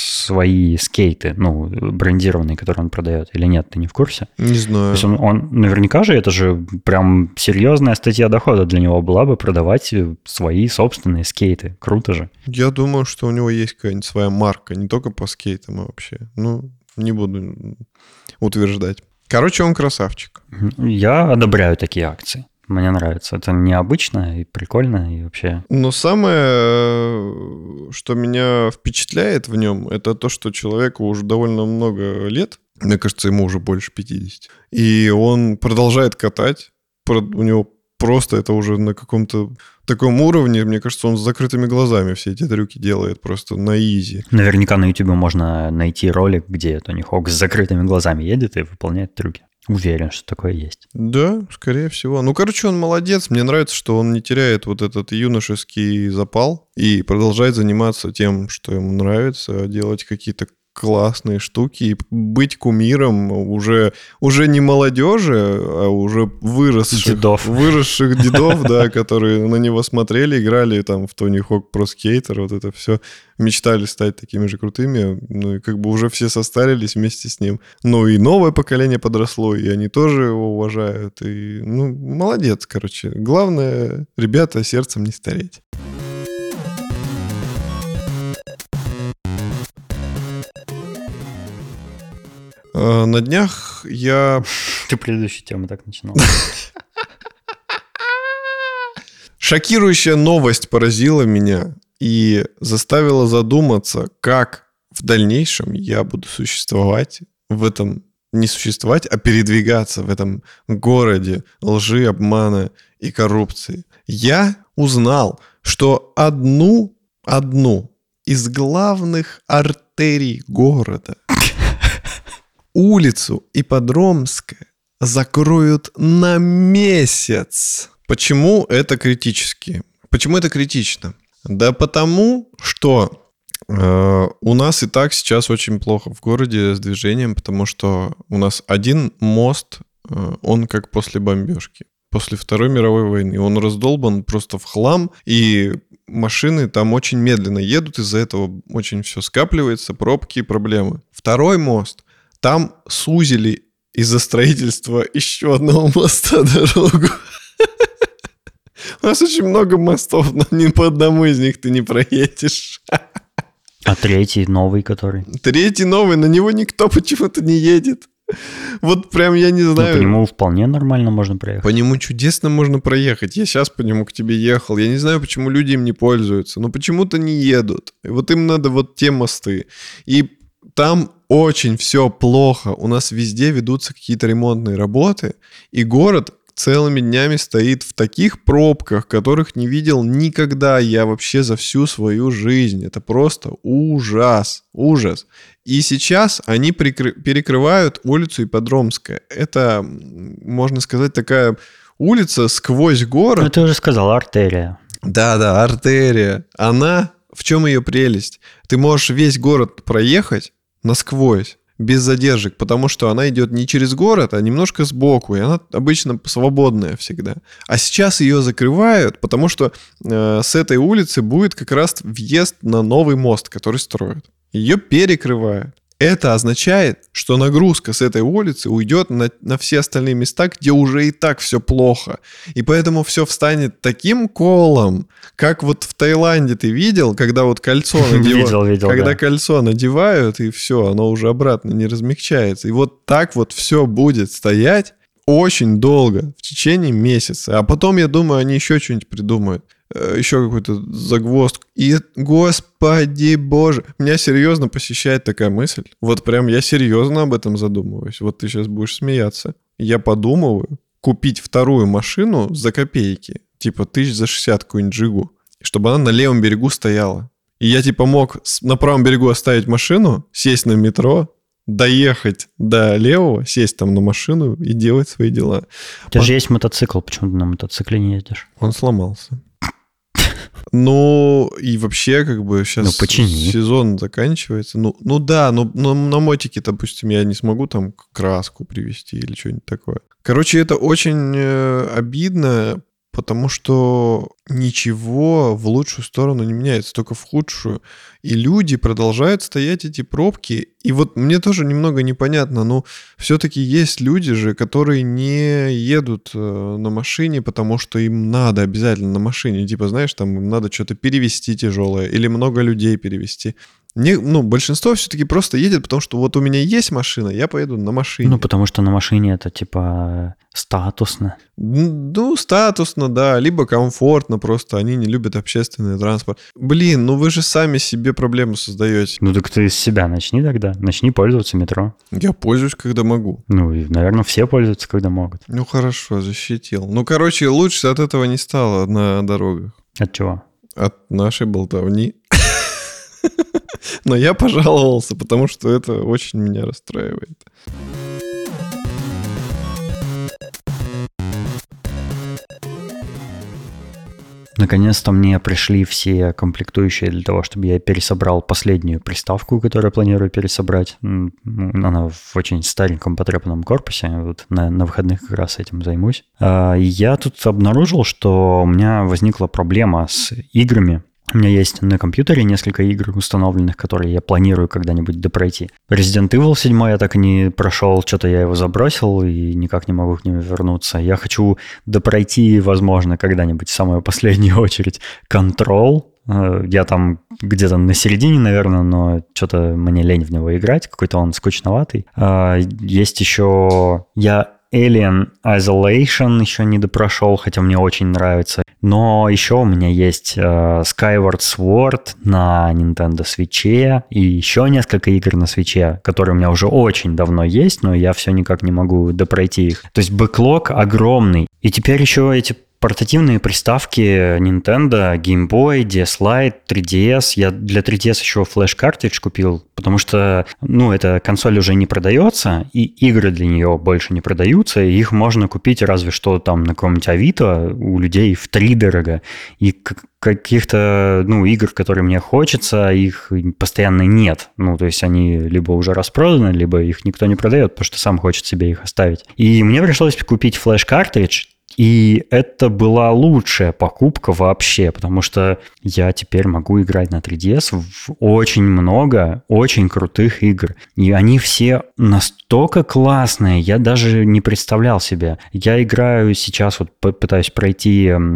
свои скейты, ну, брендированные, которые он продает, или нет, ты не в курсе? Не знаю. То есть он, он наверняка же, это же прям серьезная статья дохода для него была бы продавать свои собственные скейты. Круто же. Я думаю, что у него есть какая-нибудь своя марка, не только по скейтам, а вообще. Ну, не буду утверждать. Короче, он красавчик. Я одобряю такие акции. Мне нравится. Это необычно и прикольно, и вообще... Но самое, что меня впечатляет в нем, это то, что человеку уже довольно много лет. Мне кажется, ему уже больше пятидесяти. И он продолжает катать. У него просто это уже на каком-то таком уровне. Мне кажется, он с закрытыми глазами все эти трюки делает просто на изи. Наверняка на YouTube можно найти ролик, где Тони Хок с закрытыми глазами едет и выполняет трюки. Уверен, что такое есть. Да, скорее всего. Ну, короче, он молодец. Мне нравится, что он не теряет вот этот юношеский запал и продолжает заниматься тем, что ему нравится, делать какие-то классные штуки и быть кумиром уже, уже не молодежи, а уже выросших дедов, выросших дедов, да, которые на него смотрели, играли там в Тони Хок Про Скейтер, вот это все, мечтали стать такими же крутыми, ну и как бы уже все состарились вместе с ним. Ну и новое поколение подросло, и они тоже его уважают, и, ну, молодец, короче. Главное, ребята, сердцем не стареть. На днях я... Ты предыдущую тему так начинал. Шокирующая новость поразила меня и заставила задуматься, как в дальнейшем я буду существовать в этом... Не существовать, а передвигаться в этом городе лжи, обмана и коррупции. Я узнал, что одну, одну из главных артерий города... улицу Ипподромская закроют на месяц. Почему это критически? Почему это критично? Да потому, что э, у нас и так сейчас очень плохо в городе с движением, потому что у нас один мост, э, он как после бомбежки. После Второй мировой войны. Он раздолбан просто в хлам, и машины там очень медленно едут, из-за этого очень все скапливается, пробки и проблемы. Второй мост. Там сузили из-за строительства еще одного моста дорогу. нас очень много мостов, но ни по одному из них ты не проедешь. А третий новый который? Третий новый, на него никто почему-то не едет. Вот прям я не знаю. Ну, по нему вполне нормально можно проехать. По нему чудесно можно проехать. Я сейчас по нему к тебе ехал. Я не знаю, почему люди им не пользуются. Но почему-то не едут. И вот им надо вот те мосты. И там очень все плохо. У нас везде ведутся какие-то ремонтные работы. И город целыми днями стоит в таких пробках, которых не видел никогда я вообще за всю свою жизнь. Это просто ужас. Ужас. И сейчас они прикры- перекрывают улицу Ипподромская. Это, можно сказать, такая улица сквозь город. Ну, ты уже сказал, артерия. Да-да, артерия. Она, в чем ее прелесть? Ты можешь весь город проехать насквозь, без задержек, потому что она идет не через город, а немножко сбоку, и она обычно свободная всегда. А сейчас ее закрывают, потому что э, с этой улицы будет как раз въезд на новый мост, который строят. Ее перекрывают. Это означает, что нагрузка с этой улицы уйдет на, на все остальные места, где уже и так все плохо. И поэтому все встанет таким колом, как вот в Таиланде ты видел, когда вот кольцо надевают. Видел, видел, когда да. кольцо надевают, и все, оно уже обратно не размягчается. И вот так вот все будет стоять очень долго, в течение месяца. А потом, я думаю, они еще что-нибудь придумают. Еще какую-то загвоздку. И, господи боже, меня серьезно посещает такая мысль. Вот прям я серьезно об этом задумываюсь. Вот ты сейчас будешь смеяться. Я подумываю купить вторую машину за копейки. Типа тысяч за шестьдесят какую-нибудь Джигу. Чтобы она на левом берегу стояла. И я типа мог на правом берегу оставить машину, сесть на метро, доехать до левого, сесть там на машину и делать свои дела. У тебя Он... же есть мотоцикл, почему ты на мотоцикле не едешь? Он сломался. Ну, и вообще, как бы, сейчас ну, сезон заканчивается. Ну, ну да, но, но на мотике, допустим, я не смогу там краску привезти или что-нибудь такое. Короче, это очень э, обидно, потому что ничего в лучшую сторону не меняется, только в худшую. И люди продолжают стоять эти пробки. И вот мне тоже немного непонятно, но все-таки есть люди же, которые не едут на машине, потому что им надо обязательно на машине. Типа, знаешь, там им надо что-то перевезти тяжелое или много людей перевезти. Не, ну, большинство все-таки просто едет, потому что вот у меня есть машина, я поеду на машине. Ну, потому что на машине это, типа, статусно. Ну, статусно, да, либо комфортно просто, они не любят общественный транспорт. Блин, ну вы же сами себе проблему создаете. Ну, так ты с себя начни тогда, начни пользоваться метро. Я пользуюсь, когда могу. Ну, и, наверное, все пользуются, когда могут. Ну, хорошо, защитил. Ну, короче, лучше от этого не стало на дорогах. От чего? От нашей болтовни. Но я пожаловался, потому что это очень меня расстраивает. Наконец-то мне пришли все комплектующие для того, чтобы я пересобрал последнюю приставку, которую я планирую пересобрать. Она в очень стареньком потрепанном корпусе. Вот на, на выходных как раз этим займусь. Я тут обнаружил, что у меня возникла проблема с играми. У меня есть на компьютере несколько игр установленных, которые я планирую когда-нибудь допройти. Resident Evil семь я так и не прошел, что-то я его забросил и никак не могу к нему вернуться. Я хочу допройти, возможно, когда-нибудь в самую последнюю очередь Control. Я там где-то на середине, наверное, но что-то мне лень в него играть, какой-то он скучноватый. Есть еще... Я Alien Isolation еще не допрошел, хотя мне очень нравится. Но еще у меня есть э, Skyward Sword на Nintendo Switch и еще несколько игр на Switch, которые у меня уже очень давно есть, но я все никак не могу допройти их. То есть бэклог огромный. И теперь еще эти портативные приставки Nintendo, Game Boy, ди эс Lite, три ди эс. Я для три ди эс еще флеш-картридж купил, потому что, ну, эта консоль уже не продается, и игры для нее больше не продаются, и их можно купить разве что там на каком-нибудь Авито у людей втридорого. И каких-то, ну, игр, которые мне хочется, их постоянно нет. Ну, то есть они либо уже распроданы, либо их никто не продает, потому что сам хочет себе их оставить. И мне пришлось купить флеш-картридж. И это была лучшая покупка вообще, потому что я теперь могу играть на три ди эс в очень много очень крутых игр. И они все настолько классные, я даже не представлял себе. Я играю сейчас, вот пытаюсь пройти э,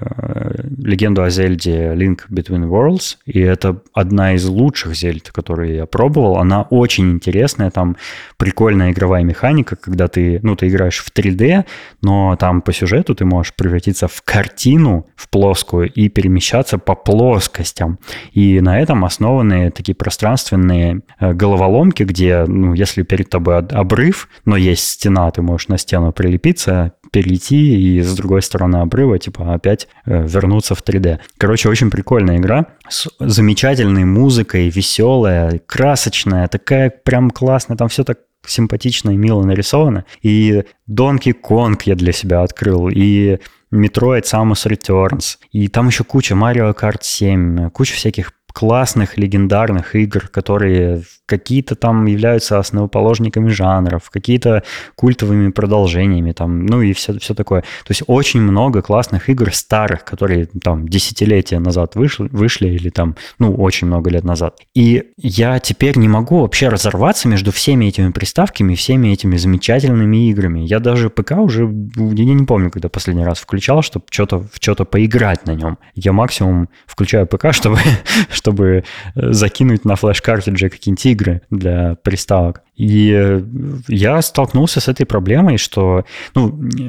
легенду о Зельде Link Between Worlds, и это одна из лучших Зельд, которые я пробовал. Она очень интересная, там прикольная игровая механика, когда ты, ну, ты играешь в три дэ, но там по сюжету ты можешь превратиться в картину, в плоскую, и перемещаться по плоскостям. И на этом основаны такие пространственные головоломки, где, ну, если перед тобой обрыв, но есть стена, ты можешь на стену прилепиться, перейти и с другой стороны обрыва, типа, опять вернуться в три дэ. Короче, очень прикольная игра с замечательной музыкой, веселая, красочная, такая прям классная, там все так симпатично и мило нарисовано. И Donkey Kong я для себя открыл, и Metroid Samus Returns, и там еще куча Mario Kart семь, куча всяких классных, легендарных игр, которые какие-то там являются основоположниками жанров, какие-то культовыми продолжениями, там, ну и все, все такое. То есть очень много классных игр старых, которые там десятилетия назад вышли, вышли или там, ну, очень много лет назад. И я теперь не могу вообще разорваться между всеми этими приставками, всеми этими замечательными играми. Я даже ПК уже, я не помню, когда последний раз включал, чтобы что-то, в что-то поиграть на нем. Я максимум включаю ПК, чтобы, чтобы закинуть на флеш-картриджи какие-нибудь игры для приставок. И я столкнулся с этой проблемой, что, ну,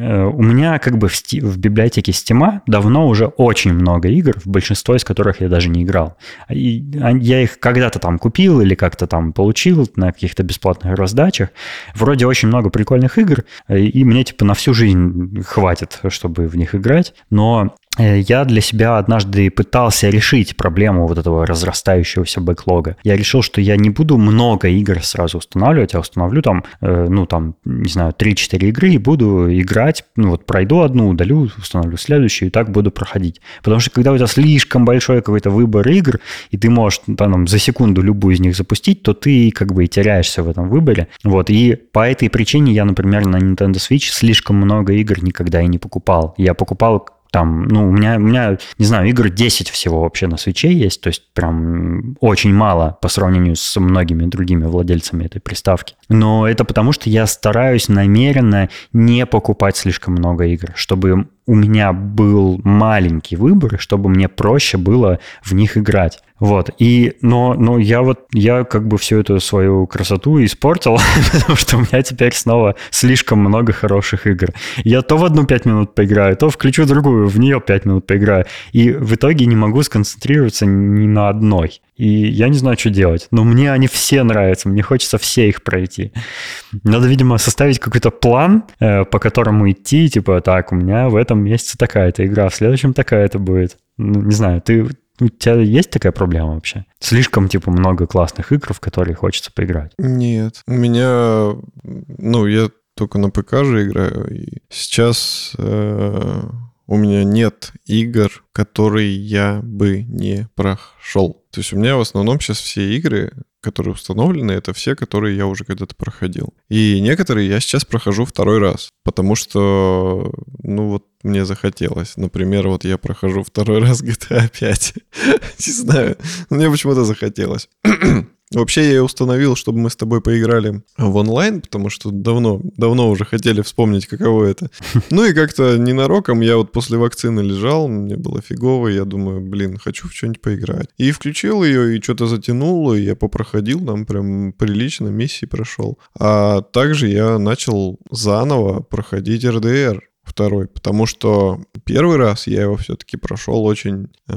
у меня как бы в, сти- в библиотеке Steam давно уже очень много игр, в большинство из которых я даже не играл. И я их когда-то там купил или как-то там получил на каких-то бесплатных раздачах. Вроде очень много прикольных игр, и мне типа на всю жизнь хватит, чтобы в них играть, но я для себя однажды пытался решить проблему вот этого разрастающегося бэклога. Я решил, что я не буду много игр сразу устанавливать, а установлю там, э, ну, там, не знаю, три-четыре игры и буду играть, ну, вот пройду одну, удалю, установлю следующую и так буду проходить. Потому что когда у тебя слишком большой какой-то выбор игр, и ты можешь там за секунду любую из них запустить, то ты как бы и теряешься в этом выборе. Вот, и по этой причине я, например, на Nintendo Switch слишком много игр никогда и не покупал. Я покупал там, ну, у меня, у меня, не знаю, игр десять всего вообще на Switch'е есть, то есть прям очень мало по сравнению с многими другими владельцами этой приставки. Но это потому, что я стараюсь намеренно не покупать слишком много игр, чтобы у меня был маленький выбор, чтобы мне проще было в них играть. Вот. И, но, но я вот, я как бы всю эту свою красоту испортил, потому что у меня теперь снова слишком много хороших игр. Я то в одну пять минут поиграю, то включу другую, в нее пять минут поиграю. И в итоге не могу сконцентрироваться ни на одной. И я не знаю, что делать. Но мне они все нравятся, мне хочется все их пройти. Надо, видимо, составить какой-то план, э, по которому идти, типа, так, у меня в этом месяце такая-то игра, в следующем такая-то будет. Ну, не знаю, ты, у тебя есть такая проблема вообще? Слишком, типа, много классных игр, в которые хочется поиграть. Нет. У меня, ну, я только на ПК же играю, и сейчас... Э... У меня нет игр, которые я бы не прошел. То есть у меня в основном сейчас все игры, которые установлены, это все, которые я уже когда-то проходил. И некоторые я сейчас прохожу второй раз, потому что, ну вот, мне захотелось. Например, вот я прохожу второй раз джи ти эй пять. Не знаю, мне почему-то захотелось. Вообще я ее установил, чтобы мы с тобой поиграли в онлайн, потому что давно, давно уже хотели вспомнить, каково это. Ну и как-то ненароком я вот после вакцины лежал, мне было фигово, я думаю, блин, хочу в что-нибудь поиграть. И включил ее, и что-то затянуло, и я попроходил, там прям прилично миссии прошел. А также я начал заново проходить эр дэ эр второй, потому что первый раз я его все-таки прошел очень э,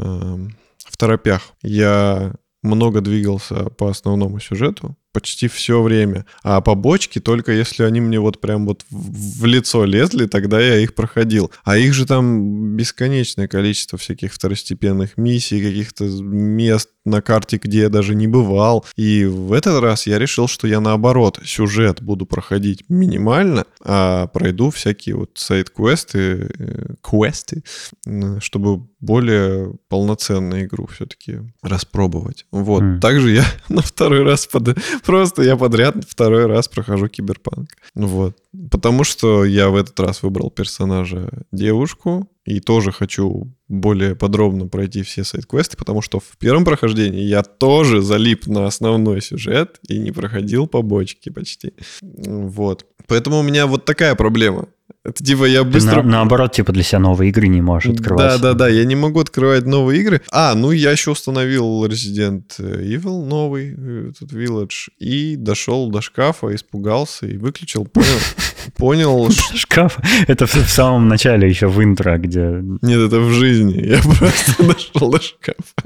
в торопях. Я... много двигался по основному сюжету почти все время. А побочки только если они мне вот прям вот в лицо лезли, тогда я их проходил. А их же там бесконечное количество всяких второстепенных миссий, каких-то мест на карте, где я даже не бывал. И в этот раз я решил, что я наоборот сюжет буду проходить минимально, а пройду всякие вот сайд-квесты, квесты, чтобы более полноценную игру все-таки распробовать. Вот. Mm. Также я на второй раз под, Просто я подряд второй раз прохожу Киберпанк. Вот. Потому что я в этот раз выбрал персонажа девушку и тоже хочу более подробно пройти все сайд-квесты, потому что в первом прохождении я тоже залип на основной сюжет и не проходил побочки почти. Вот. Поэтому у меня вот такая проблема. Это типа я быстро... На, наоборот, типа для себя новые игры не можешь открывать. Да-да-да, я не могу открывать новые игры. А, ну я еще установил Resident Evil новый, этот Village, и дошел до шкафа, испугался и выключил, понял, понял... Шкаф? Это в самом начале еще в интро, где... Нет, это в жизни. Я просто дошел до шкафа.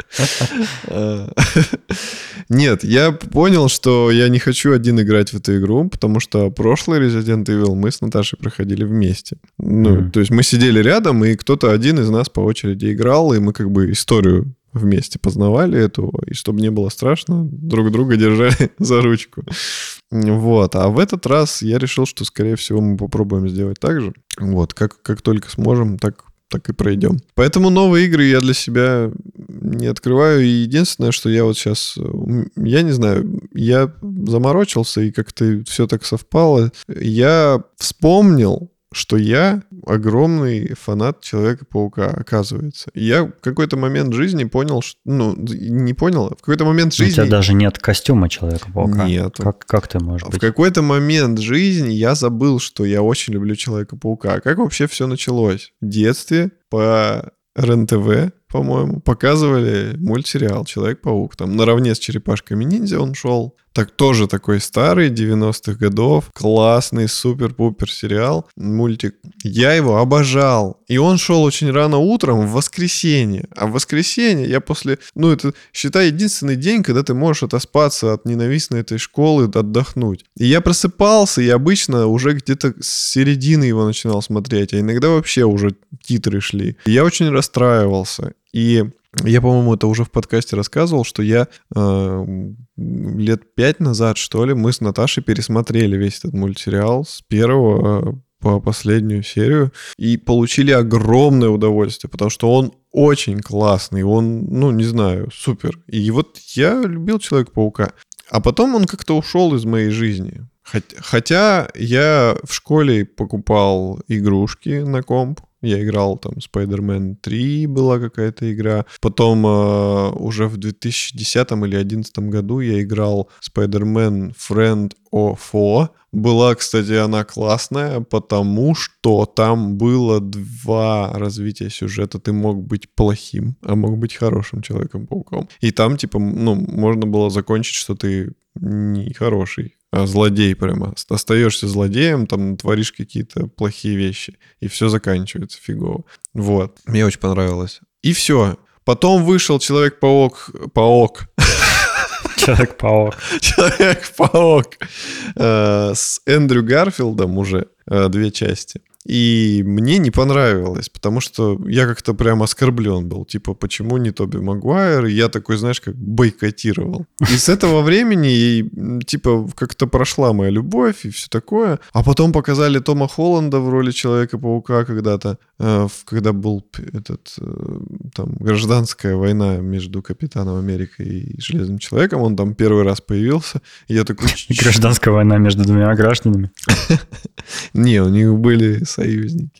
Нет, я понял, что я не хочу один играть в эту игру, потому что прошлый Resident Evil мы с Наташей проходили вместе. Ну, mm-hmm. то есть мы сидели рядом, и кто-то один из нас по очереди играл, и мы как бы историю вместе познавали эту, и чтобы не было страшно, друг друга держали за ручку. Вот. А в этот раз я решил, что, скорее всего, мы попробуем сделать так же. Вот. Как, как только сможем, так так и пройдем. Поэтому новые игры я для себя не открываю. И единственное, что я вот сейчас... Я не знаю, я заморочился, и как-то все так совпало. Я вспомнил, что я огромный фанат Человека-паука, оказывается. И я в какой-то момент жизни понял, что... Ну, не понял, в какой-то момент жизни... У тебя даже нет костюма Человека-паука. Нет. Как, как ты можешь в быть? В какой-то момент жизни я забыл, что я очень люблю Человека-паука. А как вообще все началось? В детстве по РЕН-ТВ, по-моему, показывали мультсериал «Человек-паук». Там наравне с «Черепашками-ниндзя» он шел. Так тоже такой старый, девяностых годов. Классный, супер-пупер сериал, мультик. Я его обожал. И он шел очень рано утром в воскресенье. А в воскресенье я после... Ну, это, считай, единственный день, когда ты можешь отоспаться от ненавистной этой школы, отдохнуть. И я просыпался, и обычно уже где-то с середины его начинал смотреть. А иногда вообще уже титры шли. И я очень расстраивался. И я, по-моему, это уже в подкасте рассказывал, что я э, лет пять назад, что ли, мы с Наташей пересмотрели весь этот мультсериал с первого э, по последнюю серию и получили огромное удовольствие, потому что он очень классный, он, ну, не знаю, супер. И вот я любил Человека-паука. А потом он как-то ушел из моей жизни. Хотя я в школе покупал игрушки на комп. Я играл там Spider-Man три, была какая-то игра. Потом э, уже в две тысячи десятом или две тысячи одиннадцатом году я играл Spider-Man Friend of Foe. Была, кстати, она классная, потому что там было два развития сюжета. Ты мог быть плохим, а мог быть хорошим Человеком-пауком. И там, типа, ну, можно было закончить, что ты не хороший, а злодей прямо. Остаешься злодеем, там творишь какие-то плохие вещи, и все заканчивается фигово. Вот. Мне очень понравилось. И все. Потом вышел Человек-паук... Паук. Человек-паук. Человек-паук. Э, с Эндрю Гарфилдом уже э, две части. И мне не понравилось, потому что я как-то прям оскорблен был. Типа, почему не Тоби Магуайр? И я такой, знаешь, как бойкотировал. И с этого времени, типа, как-то прошла моя любовь и все такое. А потом показали Тома Холланда в роли Человека-паука когда-то, когда был этот, там, гражданская война между Капитаном Америкой и Железным Человеком. Он там первый раз появился. И я такой... Гражданская война между двумя гражданами? Не, у них были союзники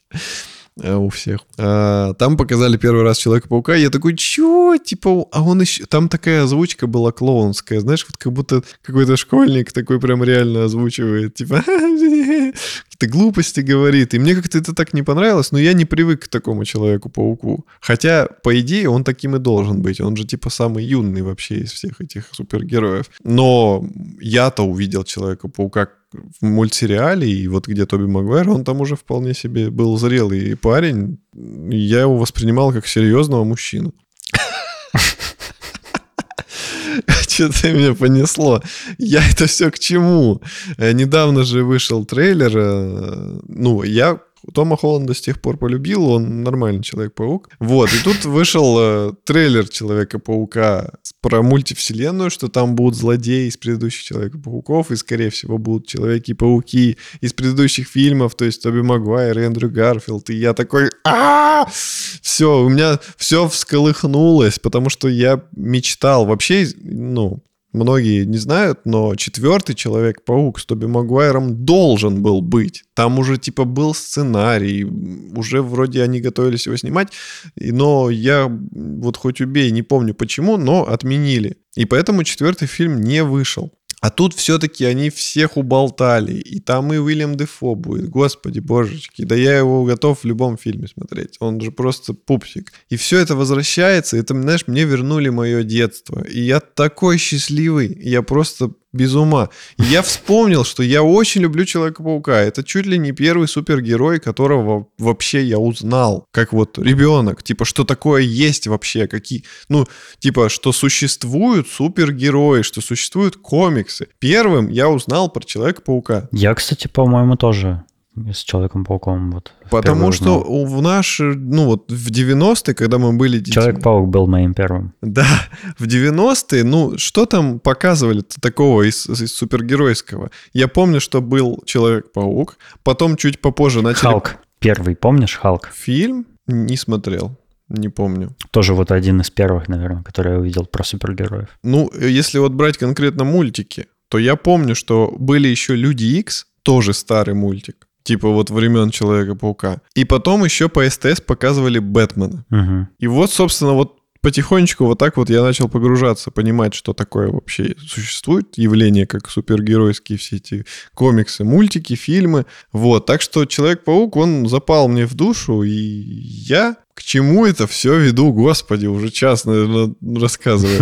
у всех. А, там показали первый раз Человека-паука, и я такой, чё? Типа, а он еще... Там такая озвучка была клоунская, знаешь, вот как будто какой-то школьник такой прям реально озвучивает, типа, какие-то глупости говорит. И мне как-то это так не понравилось, но я не привык к такому Человеку-пауку. Хотя, по идее, он таким и должен быть. Он же, типа, самый юный вообще из всех этих супергероев. Но я-то увидел Человека-паука в мультсериале, и вот где Тоби Магуайр, он там уже вполне себе был зрелый парень. Я его воспринимал как серьезного мужчину. Что-то меня понесло. Я это все к чему? Недавно же вышел трейлер. Ну, я Тома Холланда с тех пор полюбил, он нормальный Человек-паук. Вот, и тут вышел э, трейлер Человека-паука про мультивселенную, что там будут злодеи из предыдущих Человека-пауков, и, скорее всего, будут Человеки-пауки из предыдущих фильмов, то есть Тоби Магуайр, Эндрю Гарфилд, и я такой... а Все, у меня все всколыхнулось, потому что я мечтал. Вообще, ну... многие не знают, но четвертый Человек-паук с Тоби Магуайром должен был быть. Там уже типа был сценарий, уже вроде они готовились его снимать, но я вот хоть убей, не помню почему, но отменили. И поэтому четвертый фильм не вышел. А тут все-таки они всех уболтали. И там и Уильям Дефо будет. Господи, божечки. Да я его готов в любом фильме смотреть. Он же просто пупсик. И все это возвращается. И это, знаешь, мне вернули мое детство. И я такой счастливый. Я просто без ума. И я вспомнил, что я очень люблю Человека-паука. Это чуть ли не первый супергерой, которого вообще я узнал. Как вот ребенок. Типа, что такое есть вообще. Какие... Ну, типа, что существуют супергерои, что существуют комиксы. Первым я узнал про Человека-паука. Я, кстати, по-моему, тоже с Человеком-пауком. Вот, Потому что в наши, ну вот в девяностые, когда мы были детьми... Человек-паук был моим первым. Да, в девяностые, ну, что там показывали-то такого из, из супергеройского? Я помню, что был Человек-паук, потом чуть попозже начали... Халк. Первый, помнишь Халк? Фильм? Не смотрел. Не помню. Тоже вот один из первых, наверное, который я увидел про супергероев. Ну, если вот брать конкретно мультики, то я помню, что были еще Люди Икс, тоже старый мультик. Типа вот времен Человека-паука. И потом еще по СТС показывали Бэтмена. Угу. И вот, собственно, вот потихонечку вот так вот я начал погружаться, понимать, что такое вообще существует явление, как супергеройские все эти комиксы, мультики, фильмы. Вот, так что Человек-паук, он запал мне в душу, и я к чему это все веду, господи, уже час, наверное, рассказываю.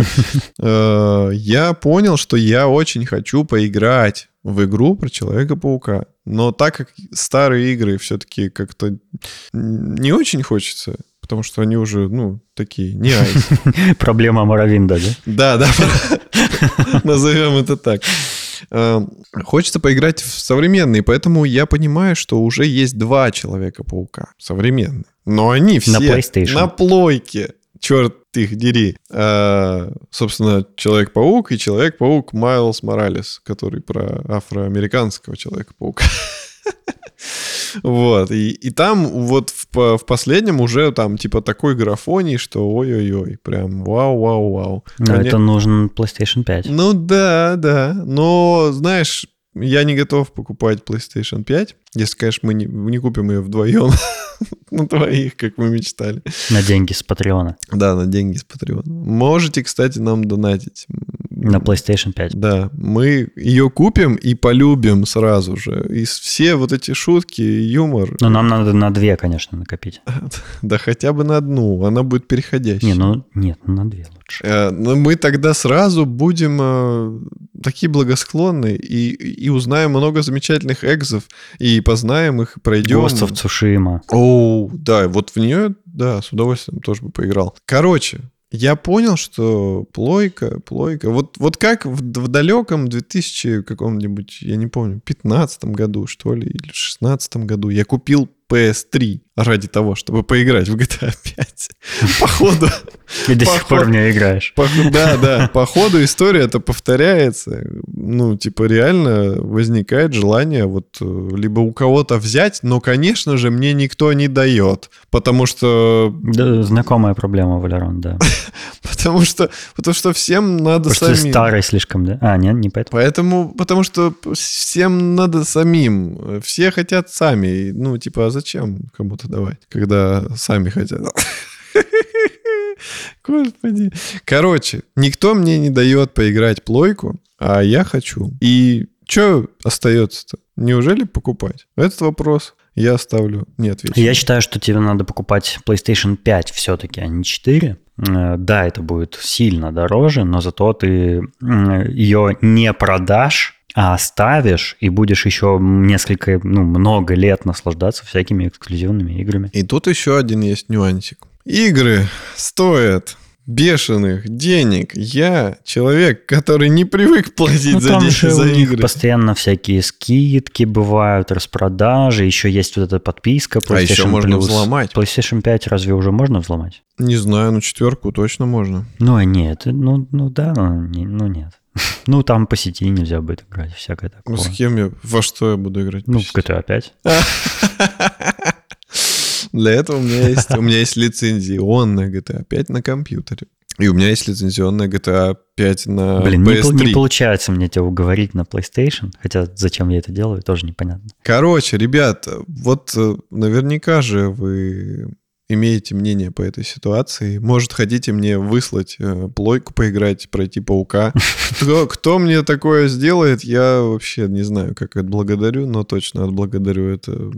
Я понял, что я очень хочу поиграть в игру про Человека-паука. Но так как старые игры все-таки как-то не очень хочется, потому что они уже, ну, такие, не айс. Проблема Моровинда, да? Да, да, назовем это так. Хочется поиграть в современные, поэтому я понимаю, что уже есть два Человека-паука современные. Но они все на PlayStation. На плойке. Черт их дери. А, собственно, Человек-паук и Человек-паук Майлз Моралес, который про афроамериканского Человека-паука. Вот, и, и там вот в, в последнем уже там типа такой графоний, что ой-ой-ой, прям вау-вау-вау. Но Мне... это нужен PlayStation пять. Ну да, да, но знаешь, я не готов покупать PlayStation пять, если, конечно, мы не, не купим ее вдвоем, на двоих, как мы мечтали. На деньги с Патреона. Да, на деньги с Патреона. Можете, кстати, нам донатить. На PlayStation пять. Да, мы ее купим и полюбим сразу же. И все вот эти шутки, юмор... Ну, нам надо на две, конечно, накопить. Да хотя бы на одну, она будет переходящей. Не, ну нет, на две лучше. Но мы тогда сразу будем такие благосклонные и, и узнаем много замечательных экзов, и познаем их, пройдем. Ghost of Tsushima. Оу, да, вот в нее, да, с удовольствием тоже бы поиграл. Короче, я понял, что плойка, плойка. Вот, вот как в, в далеком две тысячи каком-нибудь, я не помню, пятнадцатом году, что ли, или шестнадцатом году я купил пи эс три ради того, чтобы поиграть в джи ти эй пять. Походу... И до сих пор в нее играешь. Да, да. По ходу история это повторяется. Ну, типа, реально возникает желание вот либо у кого-то взять, но, конечно же, мне никто не дает. Потому что... Да, знакомая проблема, Валерон, да. Потому что, потому что всем надо потому самим. Потому что ты старый слишком, да? А, нет, не поэтому. Поэтому, потому что всем надо самим. Все хотят сами. Ну, типа, а зачем кому-то давать, когда сами хотят? Господи. Короче, никто мне не дает поиграть плойку, а я хочу. И что остается-то? Неужели покупать? Этот вопрос я оставлю неотвеченным. Я считаю, что тебе надо покупать PlayStation пять все-таки, а не четыре. Да, это будет сильно дороже, но зато ты ее не продашь, а оставишь и будешь еще несколько, ну, много лет наслаждаться всякими эксклюзивными играми. И тут еще один есть нюансик. Игры стоят бешеных денег. Я человек, который не привык платить ну, за деньги за у игры. Них постоянно всякие скидки бывают, распродажи, еще есть вот эта подписка PlayStation А еще можно Plus. взломать. PlayStation пять разве уже можно взломать? Не знаю, ну четверку точно можно. Ну, нет, ну, ну да, ну, не, ну нет. Ну, там по сети нельзя будет играть, всякое такое. Ну, с кем я, во что я буду играть? Ну, в джи ти эй пять. Для этого у меня есть, у меня есть лицензионная джи ти эй пять на компьютере. И у меня есть лицензионная джи ти эй пять на Блин, пи не, эс пол- три. не получается мне тебя уговорить на PlayStation, хотя зачем я это делаю, тоже непонятно. Короче, ребята, вот э, наверняка же вы имеете мнение по этой ситуации. Может, хотите мне выслать э, плойку поиграть, пройти паука. Кто, кто мне такое сделает, я вообще не знаю, как отблагодарю, но точно отблагодарю это.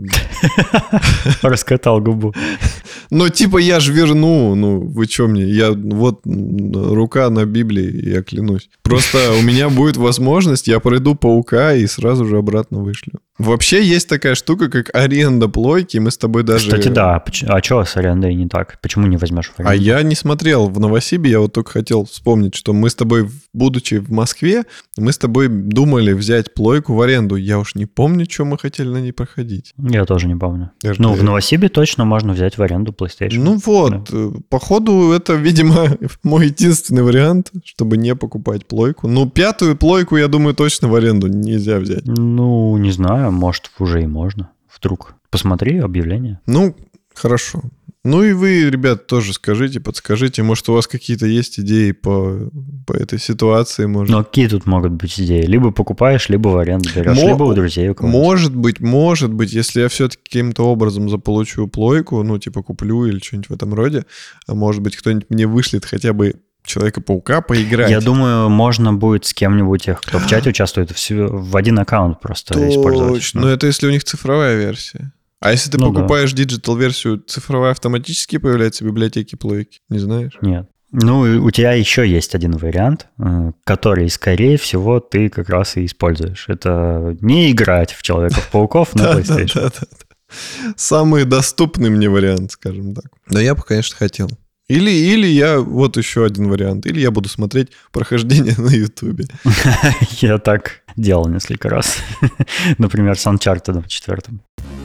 Раскатал губу. Ну, типа, я же верну, ну, вы что мне? Я, вот, рука на Библии, я клянусь. Просто у меня будет возможность, я пройду паука и сразу же обратно вышлю. Вообще есть такая штука, как аренда плойки, мы с тобой даже... Кстати, да. А что с арендой не так? Почему не возьмешь в аренду? А я не смотрел в Новосибе, я вот только хотел вспомнить, что мы с тобой, будучи в Москве, мы с тобой думали взять плойку в аренду. Я уж не помню, что мы хотели на ней проходить. Я тоже не помню. эр ти. Ну, в Новосибе точно можно взять в аренду PlayStation. Ну вот, да. Походу, это, видимо, мой единственный вариант, чтобы не покупать плойку. Ну, пятую плойку, я думаю, точно в аренду нельзя взять. Ну, не знаю, может, уже и можно. Вдруг. Посмотри объявление. Ну, хорошо. Ну и вы, ребят, тоже скажите, подскажите, может, у вас какие-то есть идеи по, по этой ситуации? Может... Ну, какие тут могут быть идеи? Либо покупаешь, либо в аренду берешь, Мо... либо у друзей у кого-нибудь. Может быть, может быть, если я все-таки каким-то образом заполучу плойку, ну, типа куплю или что-нибудь в этом роде, а может быть, кто-нибудь мне вышлет хотя бы Человека-паука поиграть. Я думаю, можно будет с кем-нибудь, тех, кто в чате участвует, в один аккаунт просто Точно. использовать. Точно, но это если у них цифровая версия. А если ты ну покупаешь да. диджитал-версию, цифровая автоматически появляется в библиотеке плойки? Не знаешь? Нет. Ну, у тебя еще есть один вариант, который, скорее всего, ты как раз и используешь. Это не играть в Человеков-пауков на PlayStation. Самый доступный мне вариант, скажем так. Но я бы, конечно, хотел. Или, или я, вот еще один вариант, или я буду смотреть прохождение на Ютубе. Я так делал несколько раз. Например, с Uncharted четвертым.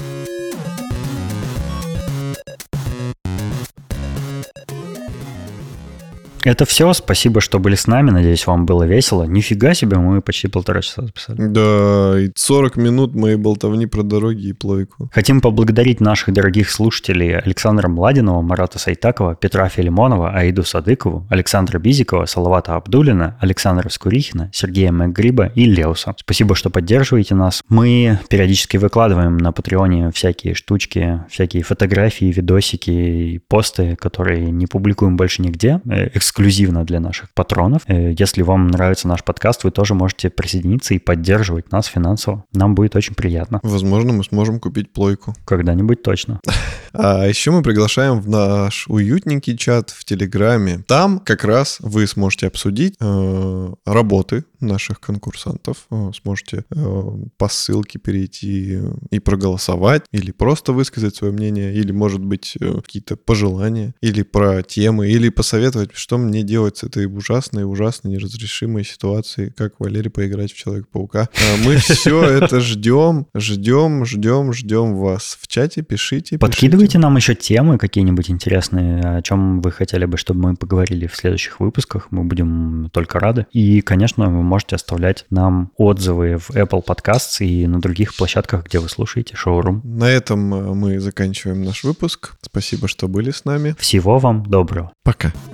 Это все. Спасибо, что были с нами. Надеюсь, вам было весело. Нифига себе, мы почти полтора часа записали. Да, и сорок минут моей болтовни про дороги и плойку. Хотим поблагодарить наших дорогих слушателей Александра Младинова, Марата Сайтакова, Петра Филимонова, Аиду Садыкову, Александра Бизикова, Салавата Абдуллина, Александра Скурихина, Сергея Макгриба и Леуса. Спасибо, что поддерживаете нас. Мы периодически выкладываем на Патреоне всякие штучки, всякие фотографии, видосики и посты, которые не публикуем больше нигде, эксклюзивно для наших патронов. Если вам нравится наш подкаст, вы тоже можете присоединиться и поддерживать нас финансово. Нам будет очень приятно. Возможно, мы сможем купить плойку. Когда-нибудь точно. А еще мы приглашаем в наш уютненький чат в Телеграме. Там как раз вы сможете обсудить э, работы наших конкурсантов. Э, сможете э, по ссылке перейти и проголосовать, или просто высказать свое мнение, или, может быть, э, какие-то пожелания, или про темы, или посоветовать, что мне делать с этой ужасной, ужасной, неразрешимой ситуацией, как Валерий поиграть в Человека-паука. Мы все это ждем, ждем, ждем, ждем вас. В чате пишите. Подкидывайте нам еще темы какие-нибудь интересные, о чем вы хотели бы, чтобы мы поговорили в следующих выпусках. Мы будем только рады. И, конечно, вы можете оставлять нам отзывы в Apple Podcasts и на других площадках, где вы слушаете Showroom. На этом мы заканчиваем наш выпуск. Спасибо, что были с нами. Всего вам доброго. Пока.